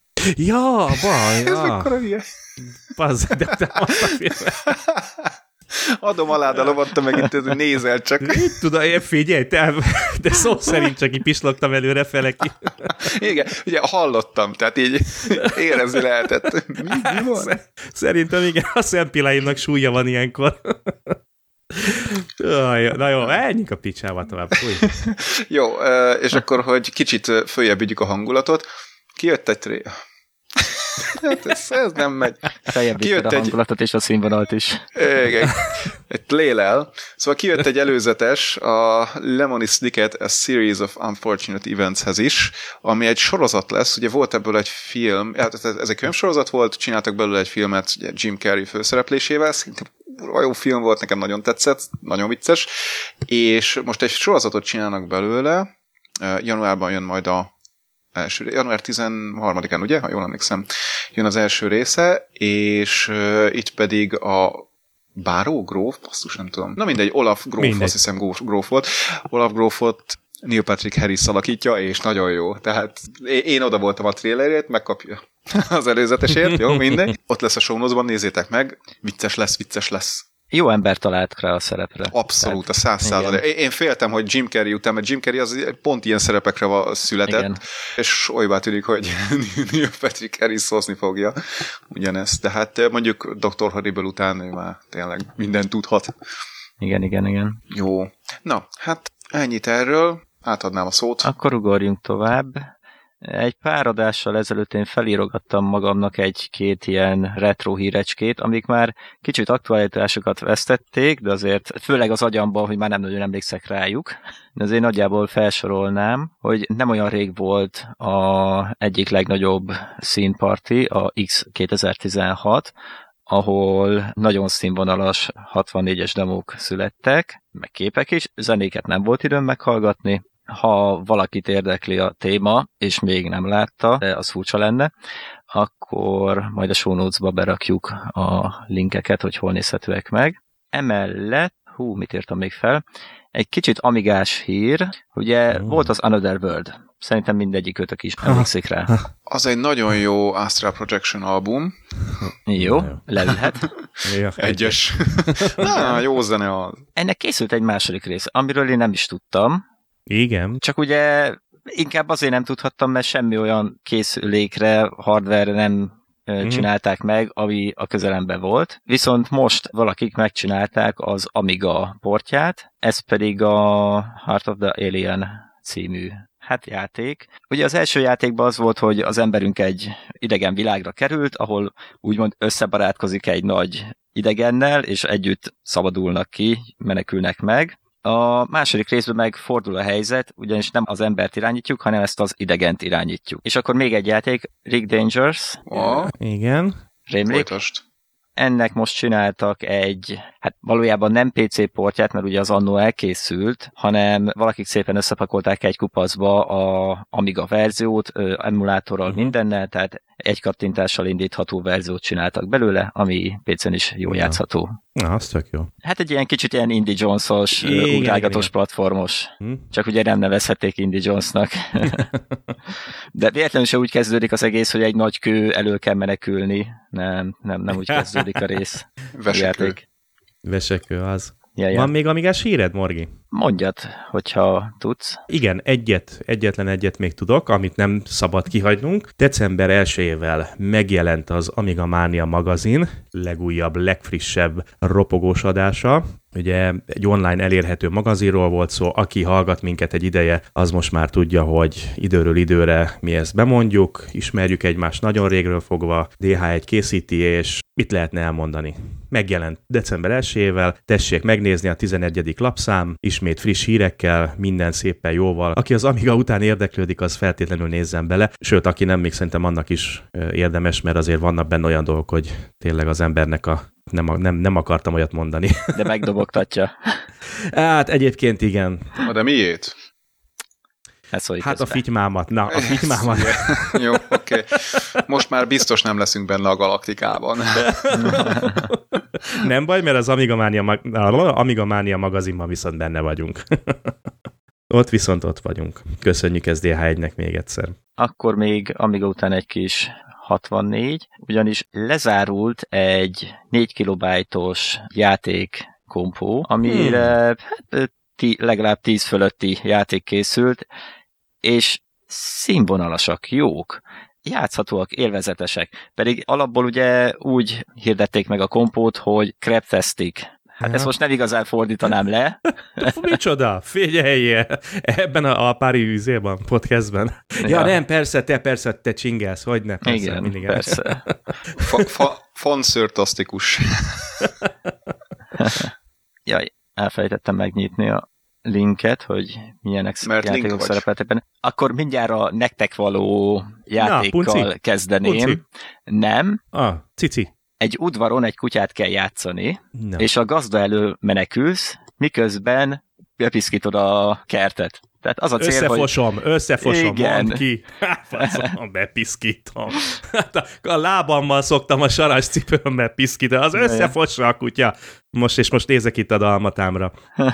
Ja, baj, Ez mekkora hülye. Pazd, de te azt a filmet. Adom alád a lovat, te meg itt nézel csak. Tudom, én figyelj, de szó szerint csak így pislogtam előrefele ki. Igen, ugye hallottam, tehát így érezni lehetett. Mi van? Szerintem igen, a szempiláimnak súlya van ilyenkor. Na jó, menjünk a picsába tovább. Jó, és akkor, hogy kicsit följebb vigyük a hangulatot, kijött egy hát ez nem megy. Feljebb a hangulatot és a színvonalat is. Igen, egy lélel. Szóval kijött egy előzetes, a Lemony Snicket A Series of Unfortunate Eventshez is, ami egy sorozat lesz, ugye volt ebből egy film, ez egy könyvsorozat volt, csináltak belőle egy filmet ugye Jim Carrey főszereplésével, szerintem jó film volt, nekem nagyon tetszett, nagyon vicces, és most egy sorozatot csinálnak belőle, januárban jön majd január 13-án, ugye? Ha jól emlékszem, jön az első része, és itt pedig a Báró Gróf, basszus, nem tudom. Na mindegy, Olaf Gróf, azt hiszem Gróf volt. Olaf Grófot Neil Patrick Harris alakítja, és nagyon jó. Tehát én oda voltam a trailerért, megkapja az előzetesért, jó, mindegy. Ott lesz a show notes-ban, nézzétek meg, vicces lesz. Jó ember talált rá a szerepre. Abszolút, a 100%. Én féltem, hogy Jim Carrey után, mert Jim Carrey az pont ilyen szerepekre született, igen. És olybá tűnik, hogy Neil Patrick Harris hozni fogja ugyanezt. De hát mondjuk Dr. Horrible után ő már tényleg mindent tudhat. Igen. Jó. Na, hát ennyit erről. Átadnám a szót. Akkor ugorjunk tovább. Egy pár adással ezelőtt én felírogattam magamnak egy-két ilyen retro hírecskét, amik már kicsit aktualitásokat vesztették, de azért főleg az agyamban, hogy már nem nagyon emlékszek rájuk. De azért nagyjából felsorolnám, hogy nem olyan rég volt az egyik legnagyobb színparti, a X 2016, ahol nagyon színvonalas 64-es demók születtek, meg képek is, zenéket nem volt időm meghallgatni. Ha valakit érdekli a téma, és még nem látta, de az furcsa lenne, akkor majd a show notes-ba berakjuk a linkeket, hogy hol nézhetőek meg. Emellett, mit írtam még fel? Egy kicsit amigás hír, ugye volt az Another World. Szerintem mindegyikőtök is emlékszik rá. Az egy nagyon jó Astral Projection album. Jó, leülhet. Egyes. Jó zene az. Ennek készült egy második rész, amiről én nem is tudtam. Igen. Csak ugye inkább azért nem tudhattam, mert semmi olyan készülékre, hardware nem csinálták meg, ami a közelemben volt. Viszont most valakik megcsinálták az Amiga portját, ez pedig a Heart of the Alien című játék. Ugye az első játékban az volt, hogy az emberünk egy idegen világra került, ahol úgymond összebarátkozik egy nagy idegennel, és együtt szabadulnak ki, menekülnek meg. A második részben meg fordul a helyzet, ugyanis nem az embert irányítjuk, hanem ezt az idegent irányítjuk. És akkor még egy játék, Rick Dangerous. Igen. Rémlik. Folytasd. Ennek most csináltak egy, valójában nem PC portját, mert ugye az annó elkészült, hanem valakik szépen összepakolták egy kupacba a Amiga verziót, emulátorral mindennel, tehát egy kattintással indítható verziót csináltak belőle, ami PC-n is jól játszható. Na, az tök jó. Egy ilyen kicsit ilyen Indie Jones-os, ugrálgatós platformos. Csak ugye nem nevezhették Indie Jones-nak. De véletlenül se úgy kezdődik az egész, hogy egy nagy kő elől kell menekülni. Nem úgy kezdődik a rész. Vesekő az. Ja. Van még amigás híred, Morgi? Mondjad, hogyha tudsz. Igen, egyetlen egyet még tudok, amit nem szabad kihagynunk. December 1-ével megjelent az Amiga Mania magazin, legújabb, legfrissebb ropogós adása. Ugye egy online elérhető magazinról volt szó, aki hallgat minket egy ideje, az most már tudja, hogy időről időre mi ezt bemondjuk, ismerjük egymást nagyon régről fogva, DH1 készíti, és mit lehetne elmondani? Megjelent december 1-ével, tessék megnézni a 11. lapszám, ismét friss hírekkel, minden szépen jóval. Aki az Amiga után érdeklődik, az feltétlenül nézzen bele, sőt, aki nem, még szerintem annak is érdemes, mert azért vannak benne olyan dolgok, hogy tényleg az embernek nem akartam olyat mondani. De megdobogtatja. Hát egyébként igen. De miért? A fitymámat. Na, a fitymámat. Jó, oké. Most már biztos nem leszünk benne a galaktikában. Nem baj, mert az Amiga Mania magazinban viszont benne vagyunk. Ott viszont ott vagyunk. Köszönjük ezt DH1-nek még egyszer. Akkor még Amiga után egy kis 64, ugyanis lezárult egy 4 kilobájtos játékkompó, amire legalább 10 fölötti játék készült, és színvonalasak, jók, játszhatóak, élvezetesek. Pedig alapból ugye úgy hirdették meg a kompót, hogy craptastic. Hát ezt most nem igazán fordítanám le. Micsoda? Figyelj! Ebben a pári üzében, podcastben. Ja, nem, persze, te csingelsz, hogyne? Persze, igen, mindig persze. Fonszörtasztikus. Jaj, elfelejtettem megnyitni a linket, hogy milyenek játékok szerepeltek benne. Akkor mindjárt nektek való játékkal kezdeném. Punci. Nem. Cici. Egy udvaron egy kutyát kell játszani, és a gazda elől menekülsz, miközben bepiszkítod a kertet. Tehát az a cél, Összefosom, igen. mondd ki. Bepiszkítom. A lábammal szoktam a saras cipőmbe piszkítani, az összefossa a kutya. Most nézek itt a dalmatámra.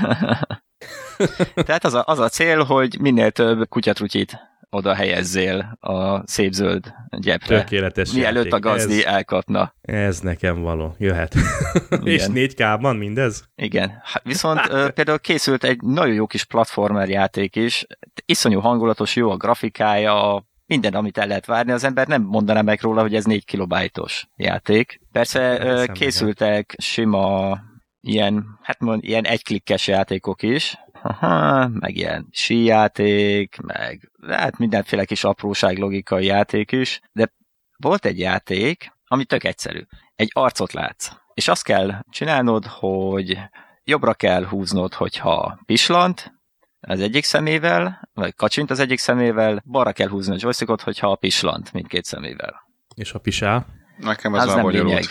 Tehát az a cél, hogy minél több kutyatrutyit oda helyezzél a szép zöld gyepre. Tökéletes mielőtt játék. A gazdi elkapna. Ez nekem való. Jöhet. És 4K-ban mindez? Igen. Viszont például készült egy nagyon jó kis platformer játék is. Iszonyú hangulatos, jó a grafikája, minden, amit el lehet várni. Az ember nem mondaná meg róla, hogy ez 4 kilobájtos játék. Persze készültek sima ilyen egyklikkes játékok is, meg ilyen síjáték, meg hát mindenféle kis apróság logikai játék is, de volt egy játék, ami tök egyszerű. Egy arcot látsz, és azt kell csinálnod, hogy jobbra kell húznod, hogyha pislant az egyik szemével, vagy kacsint az egyik szemével, balra kell húzni a joystickot, hogyha pislant mindkét szemével. És a pisál? Nekem ez nem lényeg.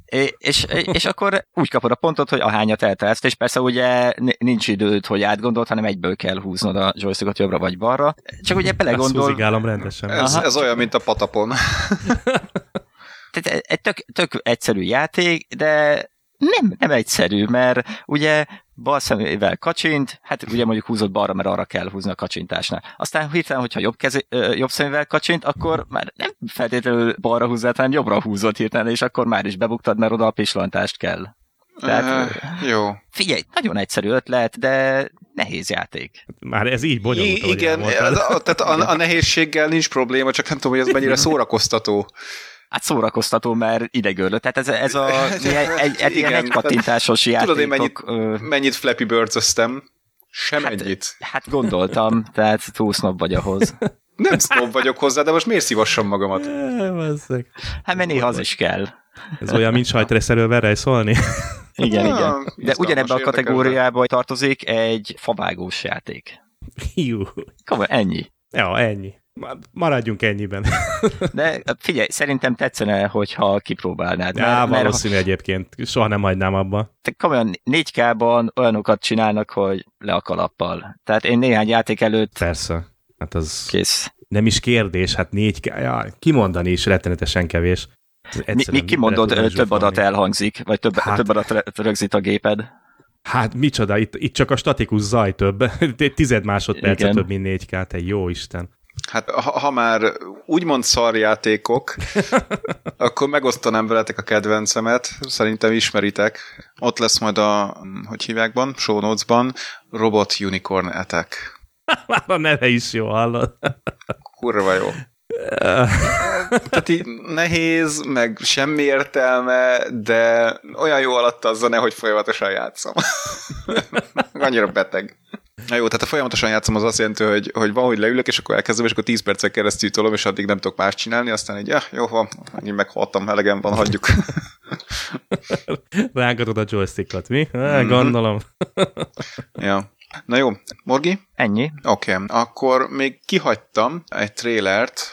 És akkor úgy kapod a pontot, hogy ahányat eltelsz, és persze ugye nincs időd, hogy átgondold, hanem egyből kell húznod a joystickot jobbra vagy balra. Csak ugye belegondol... Ezt húzigálom rendesen. Ez olyan, mint a patapon. Tehát egy tök egyszerű játék, de nem egyszerű, mert ugye bal szemével kacsint, hát ugye mondjuk húzott balra, mert arra kell húzni a kacsintásnál. Aztán hirtelen, hogyha jobb szemével kacsint, akkor már nem feltétlenül balra húzzál, hanem jobbra húzott hirtelen, és akkor már is bebuktad, mert oda a pislantást kell. Tehát, jó. Figyelj, nagyon egyszerű ötlet, de nehéz játék. Már ez így bonyolult, igen, tehát a nehézséggel nincs probléma, csak nem tudom, hogy ez mennyire szórakoztató. Hát szórakoztató, mert idegörlő. Tehát ez ilyen egypattintásos játékok. Tudod, én mennyit Flappy Birds-öztem? Ennyit. Hát gondoltam, tehát túl sznob vagy ahhoz. Nem sznob vagyok hozzá, de most miért szívassam magamat? Hát mert néha az is kell. Ez olyan, mint sajtreszelővel rejszolni. Igen. De ugyanebben a kategóriában tartozik egy favágós játék. Jó. Komolyan, ennyi. Ja, ennyi. Maradjunk ennyiben. De figyelj, szerintem tetszene, hogyha kipróbálnád. Valószínű egyébként. Soha nem hagynám abba. Te komolyan 4K-ban olyanokat csinálnak, hogy le a kalappal. Tehát én néhány játék előtt... Persze. Hát az kész. Nem is kérdés, hát 4K. Ja, kimondani is rettenetesen kevés. Mi kimondod, több adat elhangzik, vagy több adat rögzít a géped? Hát micsoda, itt csak a statikus zaj több. 10 másodperce több, mint 4K, te jó Isten. Hát ha már úgymond szarjátékok, akkor megosztanám veletek a kedvencemet, szerintem ismeritek. Ott lesz majd hogy hívják, show notes-ban, Robot Unicorn Attack. Már a neve is jó, hallod? Kurva jó. Tehát így nehéz, meg semmi értelme, de olyan jó alatt az zene, hogy folyamatosan játszom. Annyira beteg. Na jó, tehát a folyamatosan játszom az azt jelenti, hogy van, hogy leülök, és akkor elkezdem, és akkor 10 percen keresztül tolom, és addig nem tudok más csinálni, aztán így, jó van, annyi meghaltam, elegem van, hagyjuk. Rángatod a joystickot, mi? Gondolom. Ja. Na jó, Morgi? Ennyi. Oké, akkor még kihagytam egy trélert.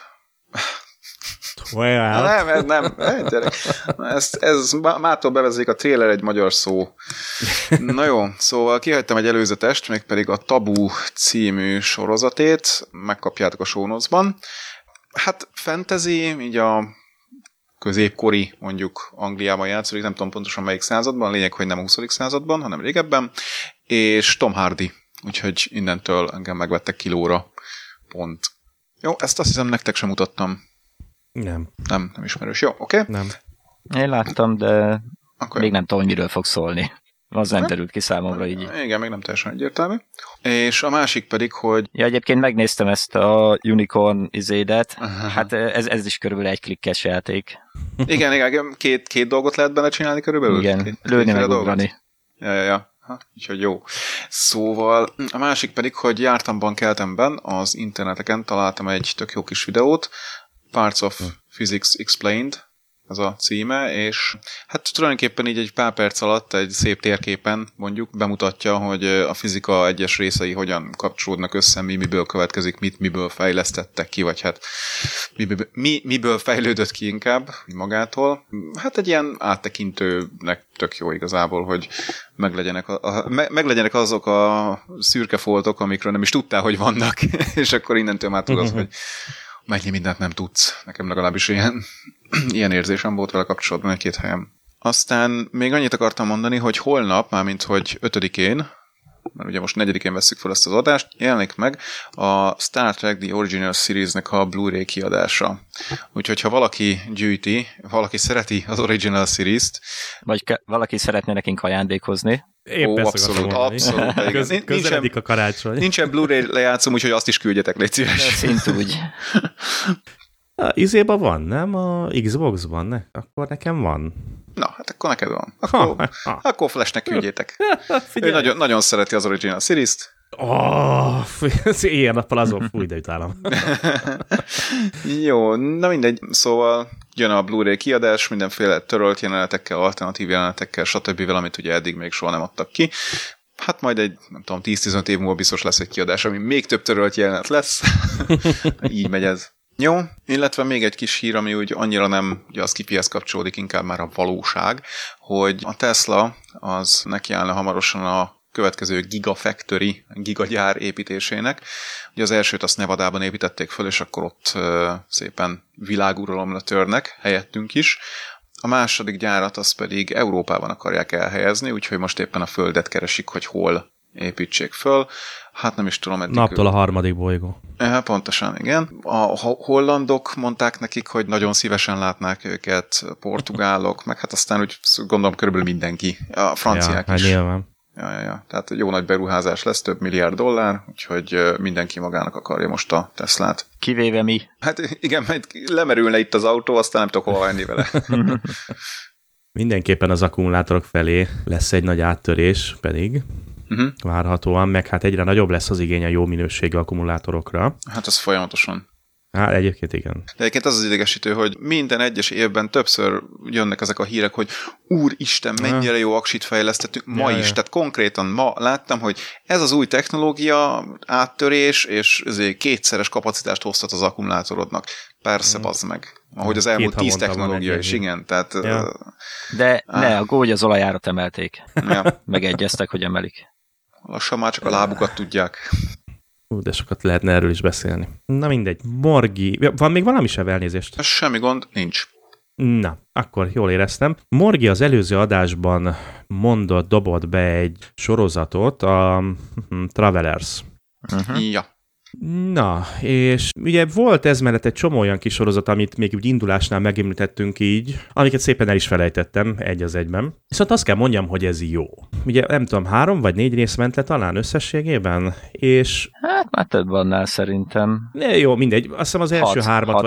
Nem, ez mától bevezetik a trailer egy magyar szó. Na jó, szóval kihagytam egy előzetest, mégpedig a Tabu című sorozatét, megkapjátok a show notes-ban. Hát fantasy, így a középkori, mondjuk Angliában játszódik, nem tudom pontosan melyik században, lényeg, hogy nem a 20. században, hanem régebben, és Tom Hardy, úgyhogy innentől engem megvettek kilóra, pont. Jó, ezt azt hiszem nektek sem mutattam. Nem ismerős. Jó, oké. Nem. Én láttam, de Akkor még nem tudom, hogy miről fog szólni. Az nem derült ki számomra így. Igen, még nem teljesen egyértelmű. És a másik pedig, hogy... Ja, egyébként megnéztem ezt a Unicorn izédet. Hát ez is körülbelül egy klikkes játék. Igen, két dolgot lehet benne csinálni körülbelül? Igen, lőni meg ugrani. Ja. Úgyhogy jó. Szóval a másik pedig, hogy jártam bankeltemben, az interneteken találtam egy tök jó kis videót, Parts of Physics Explained, az a címe, és hát tulajdonképpen így egy pár perc alatt egy szép térképen mondjuk bemutatja, hogy a fizika egyes részei hogyan kapcsolódnak össze, miből következik, miből fejlesztettek ki, vagy hát miből fejlődött ki inkább magától. Hát egy ilyen áttekintőnek tök jó igazából, hogy meglegyenek azok a szürke foltok, amikről nem is tudtál, hogy vannak, és akkor innentől már tudod, hogy mennyi mindent nem tudsz. Nekem legalábbis ilyen érzésem volt vele kapcsolatban egy-két helyen. Aztán még annyit akartam mondani, hogy holnap, mármint hogy 5-én, mert ugye most 4-én vesszük fel ezt az adást, jelenik meg a Star Trek The Original Series-nek a Blu-ray kiadása. Úgyhogy ha valaki gyűjti, valaki szereti az Original Series-t, vagy valaki szeretne nekünk ajándékozni. Abszolút. Közeledik a karácsony. Nincsen Blu-ray lejátszom, úgyhogy azt is küldjetek, légy szíves. Szint úgy. Izéban van, nem? A Xbox-ban, ne? Akkor nekem van. Na, hát akkor neked van. Akkor Flashnek küldjétek. Ő nagyon szereti az Original Series-t. Éjjel-nappal azon fúj, de utálom. Jó, na mindegy. Szóval jön a Blu-ray kiadás, mindenféle törölt jelenetekkel, alternatív jelenetekkel, stb. Amit ugye eddig még soha nem adtak ki. Hát majd egy, nem tudom, 10-15 év múlva biztos lesz egy kiadás, ami még több törölt jelenet lesz. Így megy ez. Jó, illetve még egy kis hír, ami úgy annyira nem ugye a skipihez kapcsolódik, inkább már a valóság, hogy a Tesla az nekiállna hamarosan a következő Gigafactory, gigagyár építésének. Ugye az elsőt azt Nevadában építették föl, és akkor ott szépen világuralomra törnek, helyettünk is. A második gyárat azt pedig Európában akarják elhelyezni, úgyhogy most éppen a földet keresik, hogy hol építsék föl. Hát nem is tudom eddig. Naptól a harmadik bolygó. Pontosan, igen. A hollandok mondták nekik, hogy nagyon szívesen látnák őket, portugálok, meg hát aztán úgy gondolom körülbelül mindenki. A franciák is. Nyilván. Ja. Tehát jó nagy beruházás lesz, több milliárd dollár, úgyhogy mindenki magának akarja most a Teslát. Kivéve mi? Hát igen, majd lemerülne itt az autó, aztán nem tudok hova venni vele. Mindenképpen az akkumulátorok felé lesz egy nagy áttörés pedig. Várhatóan, meg hát egyre nagyobb lesz az igény a jó minőségű akkumulátorokra. Hát ez folyamatosan. Hát egyébként igen. De egyébként az idegesítő, hogy minden egyes évben többször jönnek ezek a hírek, hogy úristen, mennyire jó aksit fejlesztettünk ma is. Tehát konkrétan ma láttam, hogy ez az új technológia, áttörés, és ezért 2-szeres kapacitást hozhat az akkumulátorodnak. Persze, bazd meg. Ahogy az elmúlt 10 technológia is, igen. Tehát, de ne, a gógy az olajárat emelték. Ja. Megegyeztek, hogy emelik. Lassan már csak a lábukat tudják. De sokat lehetne erről is beszélni. Na mindegy, Morgi. Van még valami sem elnézést? Semmi gond, nincs. Na, akkor jól éreztem. Morgi az előző adásban dobott be egy sorozatot, a Travelers. Ja. Na, és ugye volt ez mellett egy csomó olyan kis sorozat, amit még úgy indulásnál megemlítettünk így, amiket szépen el is felejtettem egy az egyben. Viszont azt kell mondjam, hogy ez jó. Ugye nem tudom, 3 vagy 4 rész ment le talán összességében, és... Hát már több annál szerintem. Jó, mindegy. Azt hiszem az első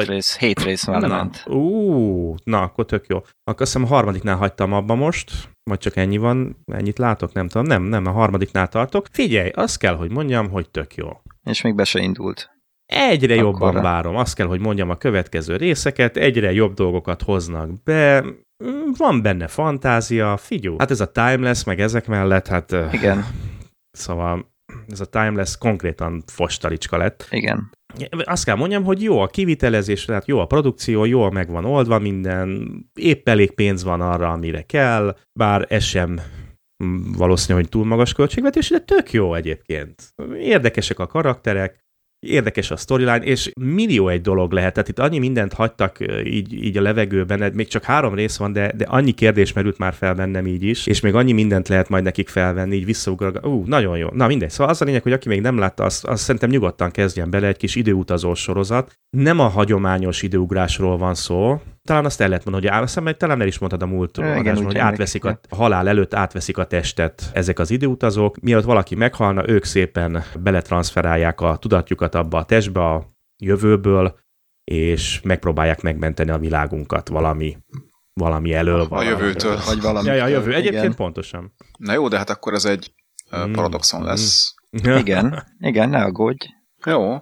7 rész már lement. Na, akkor tök jó. Akkor azt hiszem a harmadiknál hagytam abba most, vagy csak ennyi van, ennyit látok, nem tudom. Nem, a harmadiknál tartok. Figyelj, azt kell, hogy mondjam, hogy tök jó. És még be se indult. Egyre jobban várom. Azt kell, hogy mondjam a következő részeket, egyre jobb dolgokat hoznak be, van benne fantázia, figyelj. Hát ez a Timeless, meg ezek mellett, hát... Igen. Szóval ez a Timeless konkrétan fostalicska lett. Igen. Azt kell mondjam, hogy jó a kivitelezés, tehát jó a produkció, jól meg van oldva minden, épp elég pénz van arra, amire kell, bár ez sem valószínű, hogy túl magas költségvetés, de tök jó egyébként. Érdekesek a karakterek, érdekes a storyline, és millió egy dolog lehet. Tehát itt annyi mindent hagytak így a levegőben, még csak 3 rész van, de annyi kérdés merült már fel bennem így is, és még annyi mindent lehet majd nekik felvenni, így visszaugrani. Nagyon jó. Na mindegy. Szóval az a lényeg, hogy aki még nem látta, azt szerintem nyugodtan kezdjen bele, egy kis időutazós sorozat. Nem a hagyományos időugrásról van szó. Talán azt el lehet mondani, hogy azt talán el is mondtad a múlt adásban, hogy átveszik a halál előtt átveszik a testet ezek az időutazók. Mielőtt valaki meghalna, ők szépen beletranszferálják a tudatjukat abba a testbe a jövőből, és megpróbálják megmenteni a világunkat valami elől. A jövőtől. Vagy valami. Ja, a jövő. Egyébként igen. Pontosan. Na jó, de hát akkor ez egy paradoxon lesz. Igen, ne aggódj. Jó.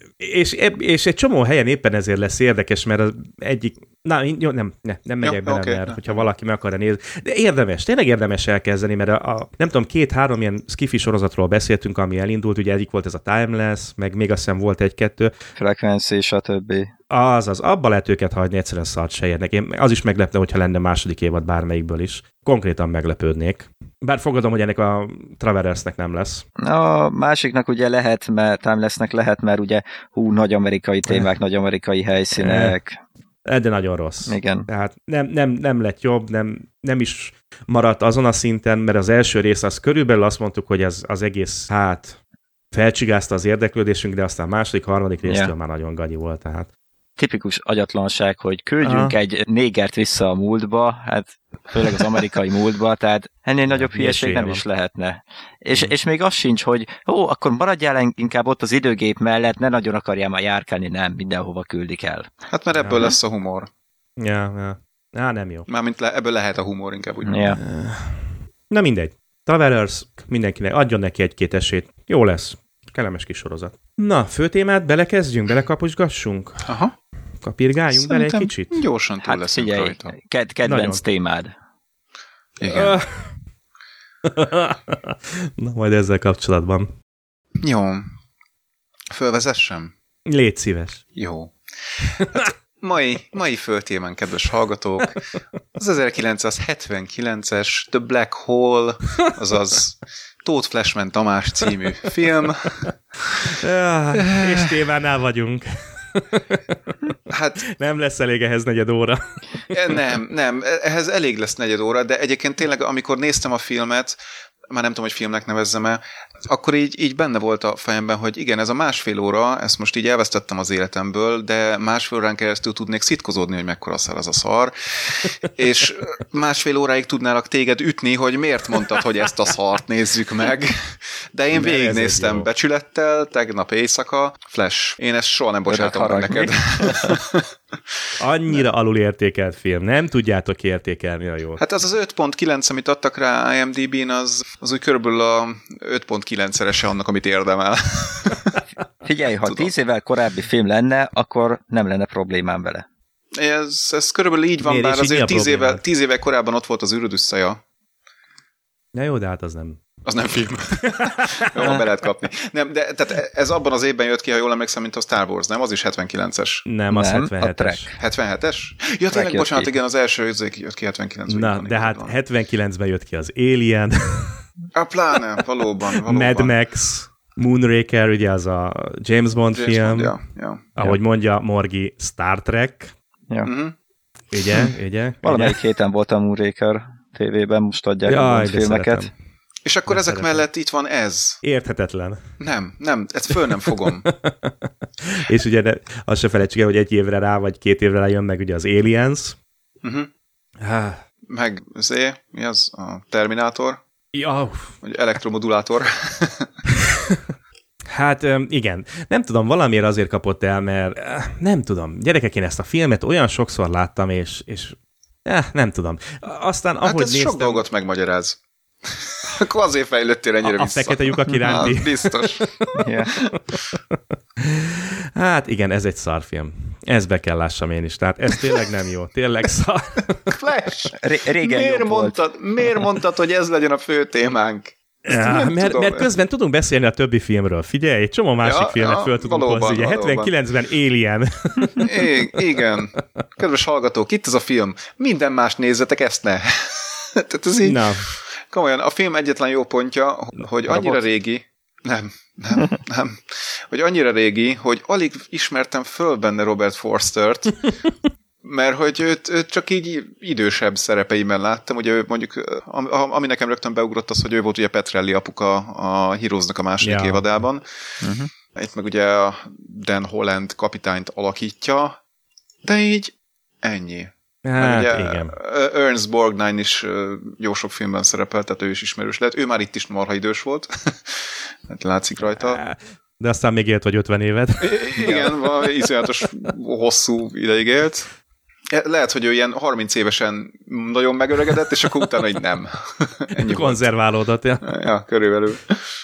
És egy csomó helyen éppen ezért lesz érdekes, mert az egyik... Jó, nem megyek bele, okay, mert hogyha valaki meg akarja nézni. De érdemes, tényleg érdemes elkezdeni, mert nem tudom, 2-3 ilyen skifi sorozatról beszéltünk, ami elindult, ugye egyik volt ez a Timeless, meg még azt hiszem volt 1-2. Frequency, stb. Azaz, abba lehet őket hagyni, egyszerűen szart se érnek. Én az is meglepne, hogyha lenne második évad bármelyikből is. Konkrétan meglepődnék. Bár fogadom, hogy ennek a Travelersnek nem lesz. A másiknak ugye lehet, mert Timelessnek lehet, mert ugye nagy amerikai témák, nagy amerikai helyszínek. De nagyon rossz. Igen. Tehát nem lett jobb, nem is maradt azon a szinten, mert az első rész az körülbelül azt mondtuk, hogy az egész felcsigázta az érdeklődésünk, de aztán második, harmadik résztől már nagyon gagyi volt. Tehát. Tipikus agyatlanság, hogy küldjünk egy négert vissza a múltba, hát főleg az amerikai múltba, tehát ennél nagyobb hülyeség nem is lehetne. És még az sincs, hogy akkor maradjál inkább ott az időgép mellett, ne nagyon akarjál már járkálni, nem, mindenhova küldik el. Hát mert ebből lesz a humor. Ja. Nem jó. Mármint ebből lehet a humor, inkább úgy mondom. Ja. Na mindegy. Travelers, mindenkinek adjon neki 1-2 esélyt. Jó lesz. Kellemes kis sorozat. Na, fő témát belekezdjünk, belekapusgassunk? Aha. Kapirgáljunk bele egy kicsit? Gyorsan túl leszünk rajta. Kedvenc témád. Igen. Na, majd ezzel kapcsolatban. Jó. Fölvezessem? Légy szíves. Jó. Hát, mai föltémán, kedves hallgatók, az 1979-es The Black Hole, azaz Tóth Flashman Tamás című film. És témánál vagyunk. Hát, nem lesz elég ehhez 4 óra. Nem, ehhez elég lesz 4 óra, de egyébként tényleg, amikor néztem a filmet, már nem tudom, hogy filmnek nevezzem-e, akkor így benne volt a fejemben, hogy igen, ez a 1,5 óra, ezt most így elvesztettem az életemből, de 1,5 órán keresztül tudnék szitkozódni, hogy mekkora szar az a szar, és 1,5 óráig tudnálak téged ütni, hogy miért mondtad, hogy ezt a szart nézzük meg, de én végignéztem becsülettel, tegnap éjszaka, Flash, én ezt soha nem bocsátom meg neked. Annyira alulértékelt film, nem tudjátok értékelni a jót. Hát az 5.9, amit adtak rá IMDb-n, az úgy körülbelül a 5.9-szerese annak, amit érdemel. Figyelj, ha 10 évvel korábbi film lenne, akkor nem lenne problémám vele. Ez körülbelül így van, bár azért 10 évvel korábban ott volt az űröd összeja. Na jó, de hát az nem. Az nem film. Jó, be lehet kapni. Nem, de tehát ez abban az évben jött ki, ha jól emlékszem, mint a Star Wars, nem? Az is 79-es. Nem, az 77-es. 77-es? Ja, tényleg, bocsánat, igen, az első jött ki 79-ben. Na, de hát 79-ben jött ki az Alien. Pláne, valóban. Mad Max, Moonraker, ugye az a James Bond film. Ja. Ahogy mondja Morgi, Star Trek. Ja. Uh-huh. Ugye? Valamelyik héten volt a Moonraker tévében, most adják a Bond filmeket. Szeretem. És akkor ezek mellett itt van ez. Érthetetlen. Nem, ezt föl nem fogom. És ugye azt se felejtsük el, hogy 1 évre rá, vagy 2 évre rá jön meg ugye az Aliens. Uh-huh. Meg mi az? A Terminátor? Ja. Vagy elektromodulátor. Hát igen. Nem tudom, valamiért azért kapott el, mert nem tudom. Gyerekek, én ezt a filmet olyan sokszor láttam, és nem tudom. Aztán ahogy hát ez néztem... sok dolgot megmagyaráz. Akkor azért fejlődtél ennyire vissza. A fekete lyukak iránti. Biztos. Yeah. Hát igen, ez egy szarfilm. Ezt be kell lássam én is. Tehát ez tényleg nem jó. Tényleg szar. Flash! Régen miért mondtad, hogy ez legyen a fő témánk? Ja, mert közben tudunk beszélni a többi filmről. Figyelj, egy csomó másik filmet föl tudunk hozni. Ugye 79-ben Alien. Igen. Kedves hallgatók, itt az a film. Minden más nézzetek, ezt ne. Tehát ez így... Na. Komolyan, a film egyetlen jó pontja, hogy annyira régi, Nem. Hogy annyira régi, hogy alig ismertem föl benne Robert Forstert, mert hogy őt csak így idősebb szerepeiben láttam, ugye mondjuk, ami nekem rögtön beugrott az, hogy ő volt ugye Petrelli apuka a Heroesnak a második évadában. Itt meg ugye a Dan Holland kapitányt alakítja, de így ennyi. Hát, ugye igen. Ernst Borgnine is jó sok filmben szerepelt, tehát ő is ismerős lehet. Ő már itt is marha idős volt. Hát látszik rajta. De aztán még élt vagy 50 évet. Igen, iszonyatos hosszú ideig élt. Lehet, hogy ő ilyen 30 évesen nagyon megöregedett, és akkor utána így nem. Ennyi konzerválódott, ja, körülbelül.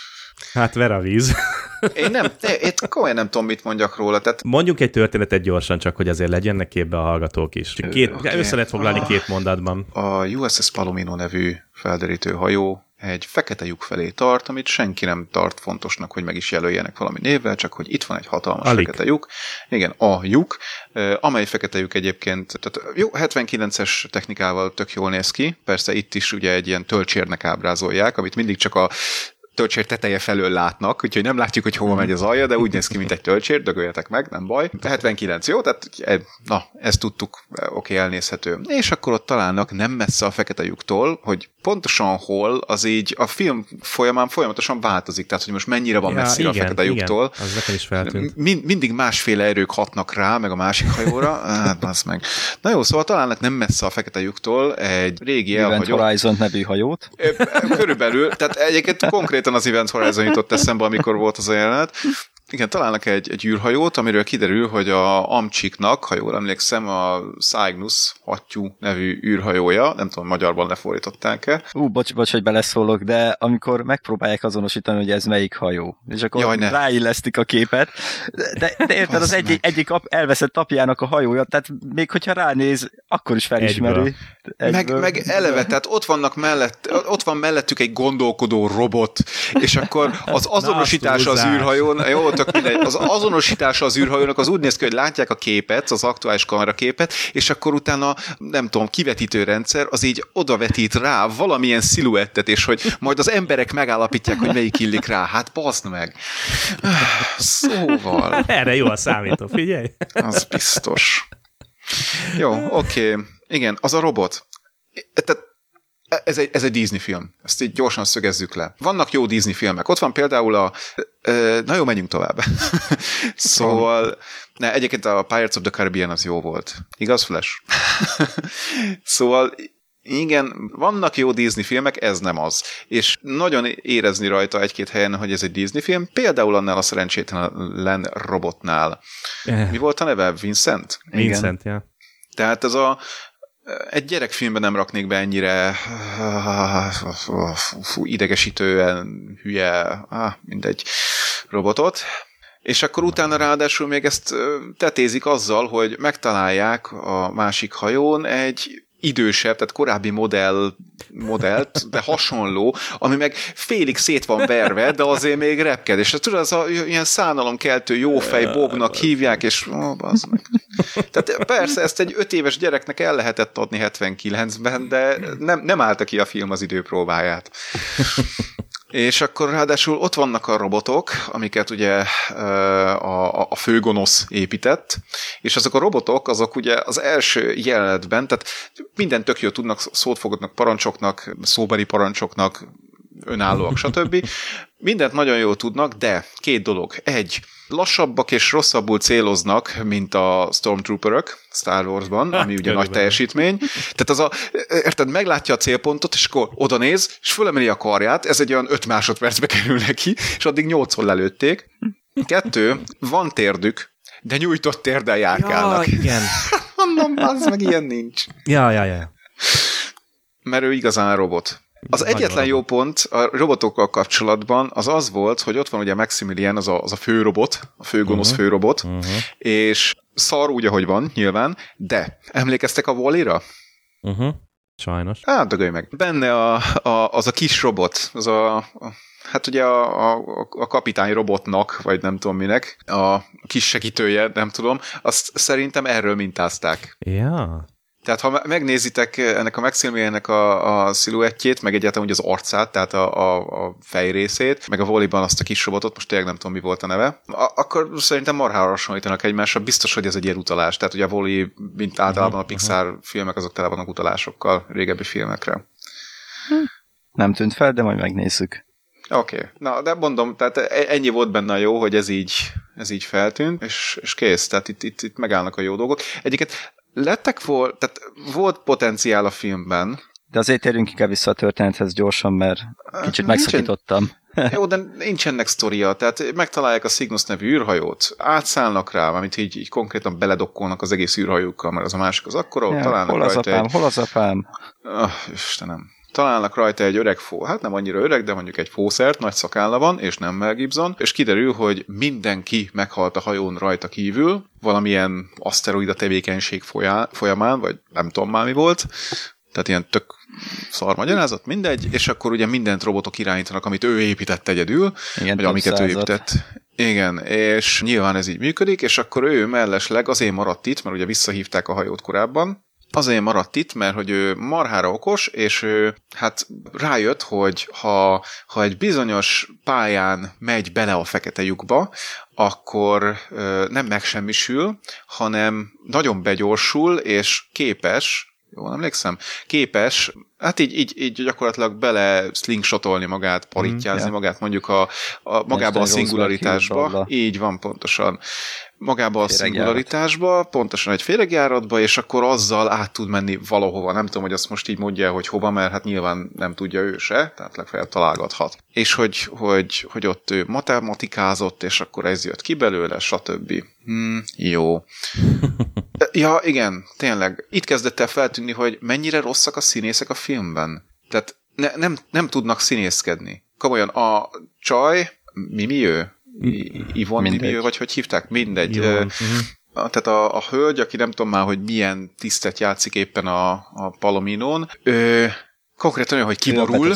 Hát ver a víz. Én komolyan nem tudom, mit mondjak róla. Tehát... Mondjunk egy történetet gyorsan, csak hogy azért legyenek képbe a hallgatók is. Össze lehet foglalni 2 mondatban. A USS Palomino nevű felderítő hajó egy fekete lyuk felé tart, amit senki nem tart fontosnak, hogy meg is jelöljenek valami névvel, csak hogy itt van egy hatalmas fekete lyuk. Igen, a lyuk, amely fekete lyuk egyébként, tehát jó, 79-es technikával tök jól néz ki, persze itt is ugye egy ilyen töltsérnek ábrázolják, amit mindig csak a töltsér teteje felől látnak, úgyhogy nem látjuk, hogy hova megy az alja, de úgy néz ki, mint egy töltsér, dögöljetek meg, nem baj. 79, jó? Tehát ezt tudtuk, oké, elnézhető. És akkor ott találnak nem messze a fekete lyuktól, hogy pontosan hol, az így a film folyamán folyamatosan változik, tehát hogy most mennyire van messzire a fekete lyuktól. Igen, az nekem is feltűnt. Mindig másféle erők hatnak rá, meg a másik hajóra. Bazd meg. Na jó, szóval találnak nem messze a fekete lyuktól egy régi elhagyott... Event Horizon nevű hajót. Körülbelül, tehát egyébként konkrétan az Event Horizon jutott eszembe, amikor volt az a jelenet. Igen, találnak egy űrhajót, amiről kiderül, hogy a Amcsiknak, ha jól emlékszem, a Cygnus hattyú nevű űrhajója, nem tudom, magyarban lefordították-e. Bocs, hogy beleszólok, de amikor megpróbálják azonosítani, hogy ez melyik hajó, és akkor ráillesztik a képet, de érted, az egyik elveszett apjának a hajója, tehát még hogyha ránéz, akkor is felismeri. Meg eleve, tehát ott van mellettük egy gondolkodó robot, és akkor az azonosítás az űrhajón, jó, az azonosítása az űrhajónak az úgy néz ki, hogy látják a képet, az aktuális kameraképet, és akkor utána, nem tudom, kivetítőrendszer, az így odavetít rá valamilyen sziluettet, és hogy majd az emberek megállapítják, hogy melyik illik rá. Hát bazd meg. Szóval. Erre jó a számító, figyelj. Az biztos. Jó, oké. Igen, az a robot. Tehát ez egy Disney film. Ezt így gyorsan szögezzük le. Vannak jó Disney filmek. Ott van például na jó, menjünk tovább. Szóval, egyébként a Pirates of the Caribbean az jó volt. Igaz, Flash? Szóval, igen, vannak jó Disney filmek, ez nem az. És nagyon érezni rajta egy-két helyen, hogy ez egy Disney film, például annál a szerencsétlen robotnál. Mi volt a neve? Vincent? Vincent, ja. Tehát ez egy gyerekfilmben nem raknék be ennyire idegesítően hülye, mindegy robotot. És akkor utána ráadásul még ezt tetézik azzal, hogy megtalálják a másik hajón egy idősebb, tehát korábbi modellt, de hasonló, ami meg félig szét van verve, de azért még repked. És tudod, az ilyen szánalomkeltő jófej Bobnak hívják, és bazd meg. Tehát persze, ezt egy 5 éves gyereknek el lehetett adni 79-ben, de nem állta ki a film az időpróbáját. És akkor ráadásul ott vannak a robotok, amiket ugye a főgonosz épített, és azok a robotok, azok ugye az első jelenetben, tehát minden tök jól tudnak szót fogadnak parancsoknak, szóbeli parancsoknak, önállóak, stb. Mindent nagyon jól tudnak, de 2 dolog. 1. Lassabbak és rosszabbul céloznak, mint a Stormtrooperök Star Warsban, ami ugye nagy teljesítmény. Tehát érted, meglátja a célpontot, és akkor oda néz, és fölemeli a karját, ez egy olyan 5 másodpercbe kerül neki, és addig 8-szor lelőtték. 2. Van térdük, de nyújtott térdel járkálnak. Ja, igen. Mondom, az meg ilyen nincs. Ja. Mert ő igazán robot. Az egyetlen jó pont a robotokkal kapcsolatban az volt, hogy ott van ugye Maximilian, az a főrobot, a főgonosz főrobot, és szar úgy, ahogy van, nyilván, de emlékeztek a Wall-E-ra? Sajnos. Dögölj meg. Benne az a kis robot, hát ugye a kapitány robotnak, vagy nem tudom minek, a kis segítője, nem tudom, azt szerintem erről mintázták. Ja. Tehát ha megnézitek ennek a Maximiliannek a sziluettjét, meg egyáltalán ugye az arcát, tehát a fejrészét, meg a Wall-E-ban azt a kis robotot, most tényleg nem tudom, mi volt a neve, akkor szerintem marhára hasonlítanak egymásra, biztos, hogy ez egy ilyen utalás. Tehát ugye a Wall-E, mint általában a Pixar filmek, azok tele vannak utalásokkal régebbi filmekre. Nem tűnt fel, de majd megnézzük. Oké. Na, de mondom, tehát ennyi volt benne a jó, hogy ez így feltűnt, és kész. Tehát itt megállnak a jó dolgok. Egyiket tehát volt potenciál a filmben. De azért térjünk inkább vissza a történethez gyorsan, mert kicsit megszakítottam. Jó, de nincsenek sztoria, tehát megtalálják a Cygnus nevű űrhajót, átszállnak rá, amit így konkrétan beledokkolnak az egész űrhajókkal, mert az a másik az akkora, Ja, találnak rajta hol az apám? Istenem. Találnak rajta egy öreg hát nem annyira öreg, de mondjuk egy fószert, nagy szakálla van, és nem Mel Gibson, és kiderül, hogy mindenki meghalt a hajón rajta kívül, valamilyen aszteroida tevékenység folyamán, vagy nem tudom már mi volt, tehát ilyen tök szar magyarázat, mindegy, és akkor ugye mindent robotok irányítanak, amit ő épített egyedül, igen, vagy amiket ő épített. Igen, és nyilván ez így működik, és akkor ő mellesleg azért maradt itt, mert ugye visszahívták a hajót korábban, azért maradt itt, mert hogy ő marhára okos, és ő hát rájött, hogy ha egy bizonyos pályán megy bele a fekete lyukba, akkor nem megsemmisül, hanem nagyon begyorsul, és jól emlékszem, hát így gyakorlatilag bele slingshotolni magát, parittyázni magát mondjuk magába a szingularitásba. Így van, pontosan. Magába a szingularitásba, pontosan egy féregjáratba, és akkor azzal át tud menni valahova. Nem tudom, hogy azt most így mondja, hogy hova, mert hát nyilván nem tudja ő se, tehát legfeljebb találgathat. És hogy ott ő matematikázott, és akkor ez jött ki belőle, stb. Jó. Ja, igen, tényleg. Itt kezdett el feltűnni, hogy mennyire rosszak a színészek a filmben. Tehát nem tudnak színészkedni. Komolyan, a csaj, mi ő? Ivon Dimiő, vagy hogy hívták? Mindegy. Tehát a hölgy, aki nem tudom már, hogy milyen tisztet játszik éppen a Palominón, konkrétan olyan, hogy kiborul.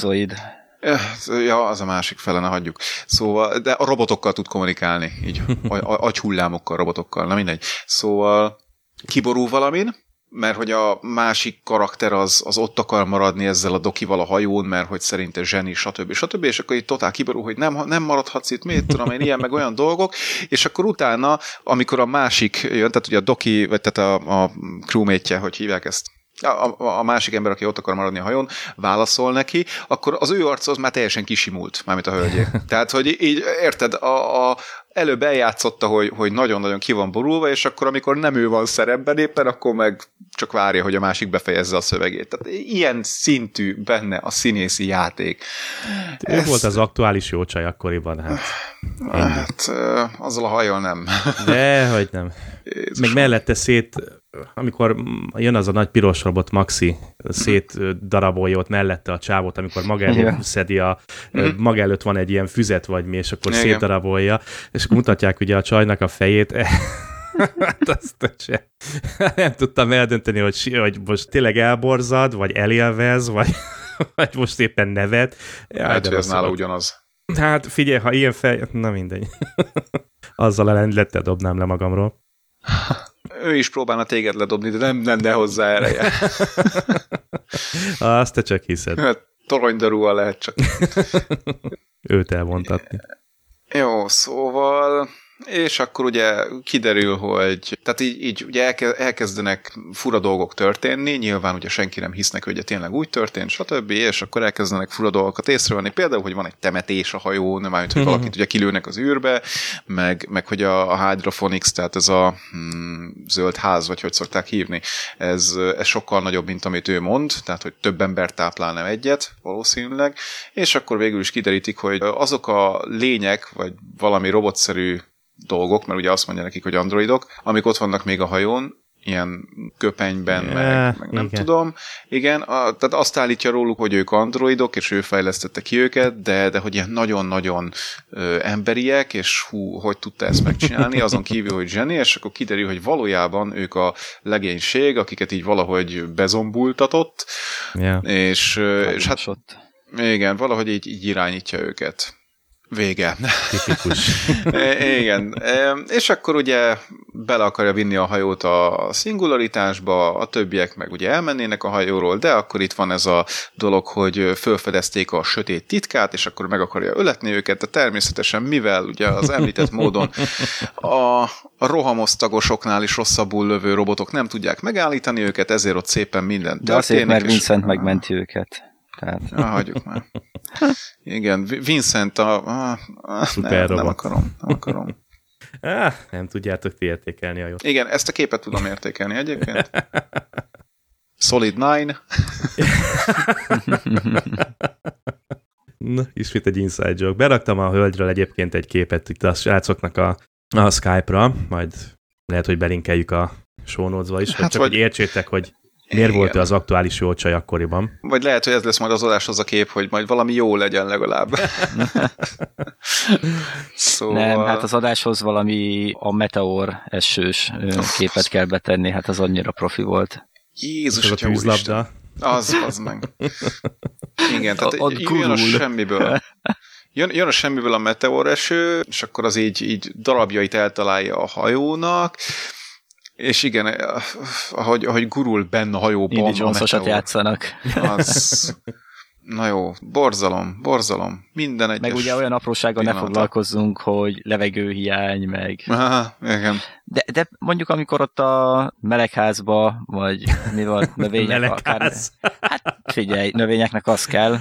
Ja, az a másik fele, ne hagyjuk. Szóval, de a robotokkal tud kommunikálni, így agyhullámokkal, robotokkal, na mindegy. Szóval kiborul valamin, mert hogy a másik karakter az ott akar maradni ezzel a dokival a hajón, mert hogy szerinte zseni, stb. És akkor így totál kiborul, hogy nem maradhatsz itt, mit tudom én, ilyen meg olyan dolgok, és akkor utána, amikor a másik jön, tehát ugye a doki, vagy tehát a crewmate-je, hogy hívják ezt, a másik ember, aki ott akar maradni a hajón, válaszol neki, akkor az ő arca az már teljesen kisimult, mármint a hölgyé. Tehát, hogy így, érted, előbb eljátszotta, hogy nagyon-nagyon ki van borulva, és akkor, amikor nem ő van szerepben éppen, akkor meg csak várja, hogy a másik befejezze a szövegét. Tehát ilyen szintű benne a színészi játék. Ő volt az aktuális jó csaj akkoriban, hát. Hát, azzal a hajjal nem. Dehogy nem. Jézusom. Meg mellette amikor jön az a nagy piros robot Maxi, szétdarabolja ott mellette a csávót, amikor maga előtt szedi maga előtt van egy ilyen füzet vagy mi, és akkor szétdarabolja, és akkor mutatják ugye a csajnak a fejét. Hát azt nem tudtam eldönteni, hogy most tényleg elborzad, vagy elélvez, vagy most éppen nevet. Hát, hogy ez nála ugyanaz. Hát figyelj, ha ilyen na mindegy. Azzal a lendülettel dobnám le magamról. Ő is próbálna téged ledobni, de nem lenne hozzá ereje. Azt te csak hiszed. Hát, toronydarúval lehet csak. Őt elvontatni. Jó, szóval... És akkor ugye kiderül, hogy tehát így ugye elkezdenek fura dolgok történni, nyilván ugye senki nem hisz neki, hogy tényleg úgy történt, stb. És akkor elkezdenek fura dolgokat észrevenni, például, hogy van egy temetés a hajón, mármint, hogy valakit ugye kilőnek az űrbe, meg hogy a hydroponics, tehát ez a zöld ház, vagy hogy szokták hívni, ez sokkal nagyobb, mint amit ő mond, tehát, hogy több ember táplál, nem egyet, valószínűleg, és akkor végül is kiderítik, hogy azok a lények, vagy valami robotszerű dolgok, mert ugye azt mondja nekik, hogy androidok, amik ott vannak még a hajón, ilyen köpenyben, meg nem tudom. Igen, tehát azt állítja róluk, hogy ők androidok, és ő fejlesztette ki őket, de hogy ilyen nagyon-nagyon emberiek, és hogy tudta ezt megcsinálni, azon kívül, hogy zseni, és akkor kiderül, hogy valójában ők a legénység, akiket így valahogy bezombultatott, és hát igen, valahogy így irányítja őket. Vége. Tipikus. Igen. És akkor ugye bele akarja vinni a hajót a szingularitásba, a többiek meg ugye elmennének a hajóról, de akkor itt van ez a dolog, hogy felfedezték a sötét titkát, és akkor meg akarja öletni őket, de természetesen mivel ugye az említett módon a rohamosztagosoknál is rosszabbul lövő robotok nem tudják megállítani őket, ezért ott szépen minden történik. De azért, mert Vincent megmenti őket. Tehát... Hagyjuk már. Igen, Vincent nem akarom. Nem tudjátok ti értékelni a jót. Igen, ezt a képet tudom értékelni egyébként. Solid 9. Na, ismét egy inside joke. Beraktam a hölgyről egyébként egy képet itt a srácoknak a Skype-ra, majd lehet, hogy belinkeljük a show notes-ba is, hát csak hogy értsétek, hogy miért volt az aktuális jó csaj akkoriban. Vagy lehet, hogy ez lesz majd az adáshoz a kép, hogy majd valami jó legyen legalább. Szóval... Nem, hát az adáshoz valami a meteor esős képet kell betenni, hát az annyira profi volt. Jézus, atya úristen. Az meg. Igen, tehát jön a semmiből. Jön a semmiből a meteor eső, és akkor az így darabjait eltalálja a hajónak, és igen, ahogy gurul benne a hajóban. Indiana Jones-osat játszanak. Na jó, borzalom. Minden egyes. Meg ugye olyan aprósággal ne foglalkozzunk, hogy levegőhiány, meg... Aha, igen. De mondjuk amikor ott a melegházba, vagy mi volt, növények akár... Hát figyelj, növényeknek az kell.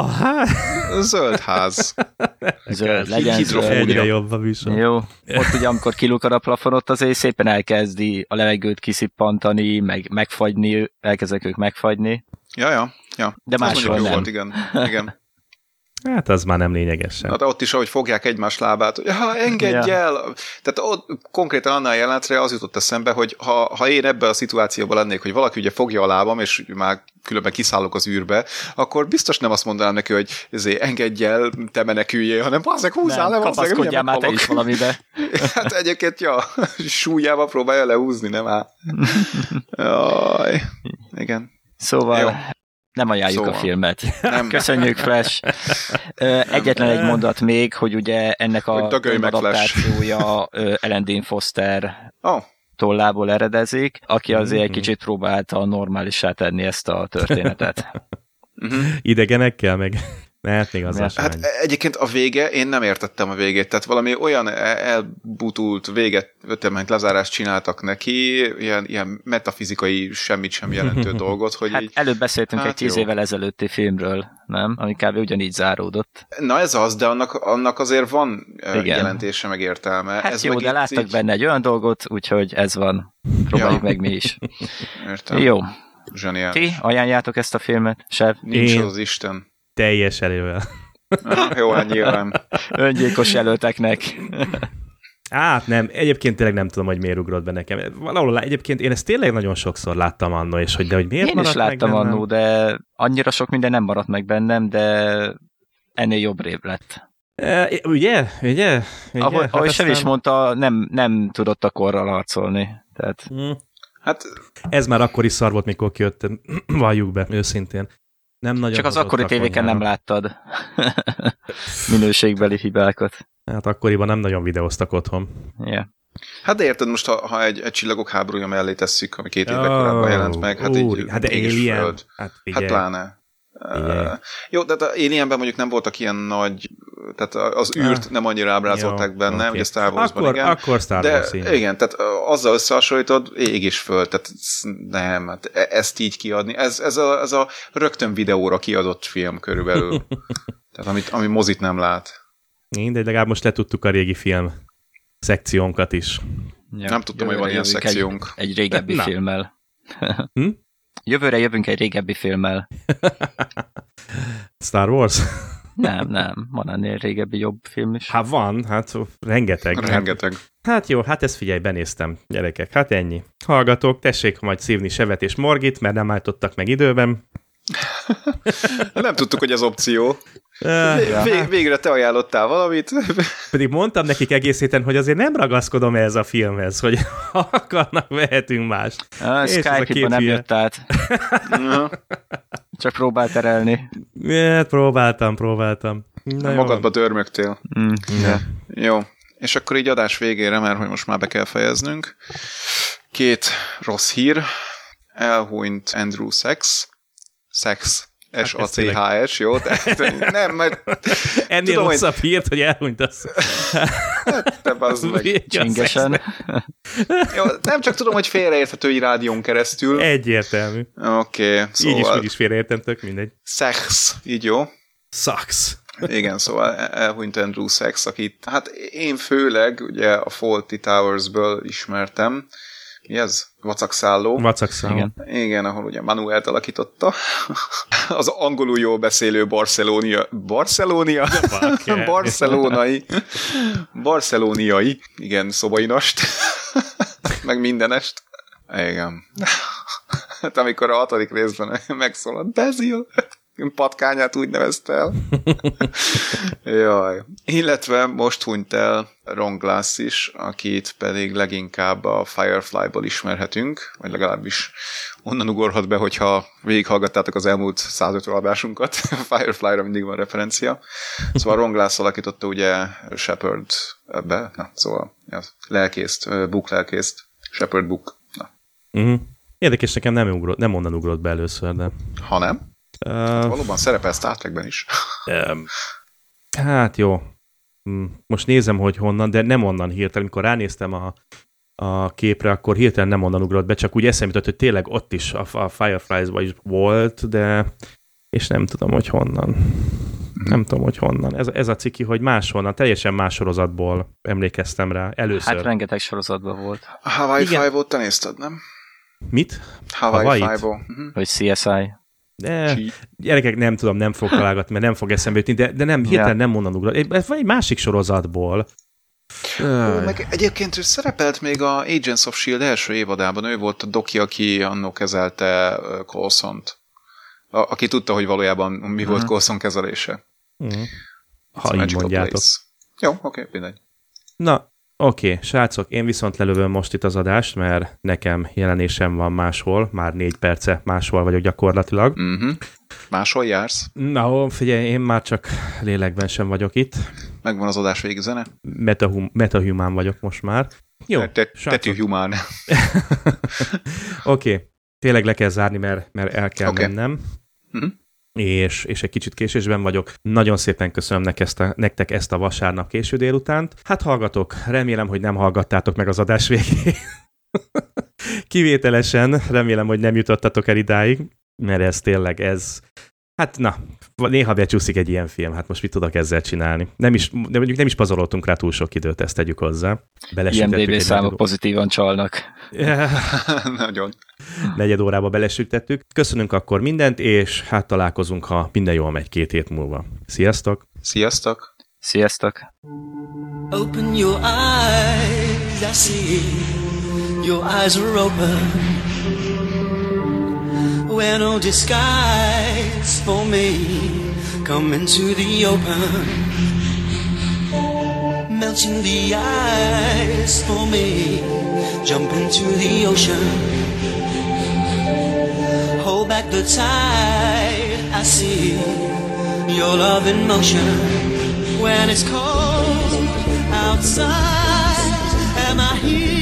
Zöld ház. Zöld, legyen zöld. Egyre jobb a műsor. Jó. Ott ugye, amikor kilukad a plafonot, azért szépen elkezdi a levegőt kiszippantani, meg megfagyni, elkezdek ők megfagyni. Ja. De máshol nem. Volt, igen. Hát az már nem lényegesen. Na, de ott is, ahogy fogják egymás lábát, hogy engedj el! Tehát ott konkrétan annál jelentre az jutott eszembe, hogy ha én ebben a szituációban lennék, hogy valaki ugye fogja a lábam, és már különben kiszállok az űrbe, akkor biztos nem azt mondanám neki, hogy engedj el, te meneküljél, hanem bazzeg, húzzál le, kapaszkodjál már te is valamibe. Hát egyébként, súlyával próbálja lehúzni, nem áll. Jaj. Igen. Szóval... Jó. Nem ajánljuk a filmet. Nem. Köszönjük, Flash. Egyetlen egy mondat még, hogy ugye ennek a adaptációja Ellen Dean Foster tollából eredezik, aki azért egy kicsit próbálta normálissá tenni ezt a történetet. Idegenekkel meg... Hát még az hát egyébként a vége, én nem értettem a végét, tehát valami olyan elbutult véget, lezárást csináltak neki, ilyen metafizikai semmit sem jelentő dolgot, hogy hát így, előbb beszéltünk egy 10 évvel ezelőtti filmről, nem? Ami kb. Ugyanígy záródott. Na ez az, de annak azért van jelentése, meg értelme. Hát ez jó, de láttak így... benne egy olyan dolgot, úgyhogy ez van. Próbáljuk meg mi is. Értem. Jó. Zseniális. Ti ajánljátok ezt a filmet? Nincs az Isten. Teljes erővel. Jó, hát nyilván. Öngyilkos jelölteknek. Nem, egyébként tényleg nem tudom, hogy miért ugrott be nekem. Valahol egyébként én ezt tényleg nagyon sokszor láttam annó, és hogy miért én maradt is láttam meg annó, de annyira sok minden nem maradt meg bennem, de ennél jobb rév lett. Ugye? Ahogy hát Sev is mondta, nem tudott a korral harcolni. Tehát... Hát... Ez már akkor is szar volt, mikor kijött, valljuk be, őszintén. Nem nagyon csak az akkori tévéken nem láttad minőségbeli hibákat. Hát akkoriban nem nagyon videóztak otthon. Yeah. Hát de érted most, ha egy Csillagok háborúja mellé tesszük, ami 2 évvel korábban jelent meg, hát így hát Alien. Hát pláne. Jó, de az Alienben mondjuk nem voltak ilyen nagy, tehát az űrt nem annyira ábrázolták benne, okay. Ugye Star Warsban, igen. Akkor Star Wars, de igen, tehát azzal összehasonlítod, ég is föl, tehát nem, hát ezt így kiadni, ez a rögtön videóra kiadott film körülbelül, tehát ami mozit nem lát. De legalább most letudtuk a régi film szekciónkat is. Ja, nem tudtam, hogy van ilyen szekciónk. Egy régebbi filmmel. Jövőre jövünk egy régebbi filmmel. Star Wars? Nem. Van ennél régebbi jobb film is. Hát van, rengeteg. Hát jó, hát ezt figyelj, benéztem, gyerekek. Hát ennyi. Hallgatók, tessék majd szívni Sevet és Morgit, mert nem álltottak meg időben. Nem tudtuk, hogy ez opció. Végre te ajánlottál valamit. Pedig mondtam nekik egész héten, hogy azért nem ragaszkodom ehhez a filmhez, hogy ha akarnak, vehetünk mást. Skype-ban nem jött át. Csak próbál terelni. Próbáltam. Magadba dörmögtél. Jó. És akkor így adás végére, mert hogy most már be kell fejeznünk. 2 rossz hír. Elhunyt Andrew Sachs. S-A-C-H-S, jó? Nem, mert... Ennél tudom, rosszabb hírt, hogy elhunyt az. Te bazd meg. Csingesen. Jó, nem csak tudom, hogy félreérthető így rádión keresztül. Egyértelmű. Oké, szóval... Így is félreértem, tök mindegy. Sachs, így jó? Sachs. Igen, szóval elhunyt Andrew Sachs, akit hát én főleg ugye a Fawlty Towers-ből ismertem. Mi ez? Vacakszáló. Igen, ahol ugye Manuelt alakította. Az angolul jól beszélő barcelóniai, igen, szobainast, meg mindenest. Igen. Hát amikor a 6. részben megszólalt Basil, patkányát úgy nevezte el. Jaj. Illetve most hunyt el Ron Glass is, akit pedig leginkább a Firefly-ból ismerhetünk, vagy legalábbis onnan ugorhat be, hogyha végighallgattátok az elmúlt 105 adásunkat. Firefly-ra mindig van referencia. Szóval Ron Glass alakította ugye Shepard ebbe, szóval lelkészt, Book lelkészt, Shepard Book. Érdekes, nekem nem onnan ugrott be először, de... Ha nem? Valóban szerepel Star Trekben is. Hát jó. Most nézem, hogy honnan, de nem onnan hirtelen. Amikor ránéztem a képre, akkor hirtelen nem onnan ugrott be, csak úgy eszembe jutott, hogy tényleg ott is a Fireflies-ban is volt, de és nem tudom, hogy honnan. Nem tudom, hogy honnan. Ez a ciki, hogy máshonnan, teljesen más sorozatból emlékeztem rá először. Hát rengeteg sorozatban volt. A Hawaii Five-ot te nézted, nem? Mit? Hawaii Five-ot. Vagy CSI. De gyerekek, nem tudom, nem fog találgatni, mert nem fog eszembe jutni, de nem, hirtelen nem onnan ugrott. Ez vagy egy másik sorozatból. Meg egyébként ő szerepelt még a Agents of S.H.I.E.L.D. első évadában, ő volt a doki, aki annó kezelte Coulsont. Aki tudta, hogy valójában mi volt Coulson kezelése. Ha így mondjátok. Jó, oké, mindegy. Na, oké, srácok, én viszont lelövöm most itt az adást, mert nekem jelenésem van máshol, már 4 perce máshol vagyok gyakorlatilag. Máshol jársz? Na, figyelj, én már csak lélekben sem vagyok itt. Megvan az adás végzene? Metahumán vagyok most már. Jó, Tetihumán. Oké, tényleg le kell zárni, mert el kell mennem. És egy kicsit késésben vagyok. Nagyon szépen köszönöm nektek ezt a vasárnap késő délutánt. Hát hallgatok, remélem, hogy nem hallgattátok meg az adás végén. Kivételesen, remélem, hogy nem jutottatok el idáig, mert ez hát na, néha becsúszik egy ilyen film, hát most mit tudok ezzel csinálni? Nem is pazaroltunk rá túl sok időt, ezt tegyük hozzá. IMDb számok pozitívan csalnak. Nagyon. 4 órába belesütettük. Köszönünk akkor mindent, és hát találkozunk, ha minden jól megy 2 hét múlva. Sziasztok! Sziasztok! Sziasztok! Open your eyes, I see your eyes are open. Where no disguise for me, come into the open. Melting the ice for me, jump into the ocean. Hold back the tide, I see your love in motion. When it's cold outside, am I here?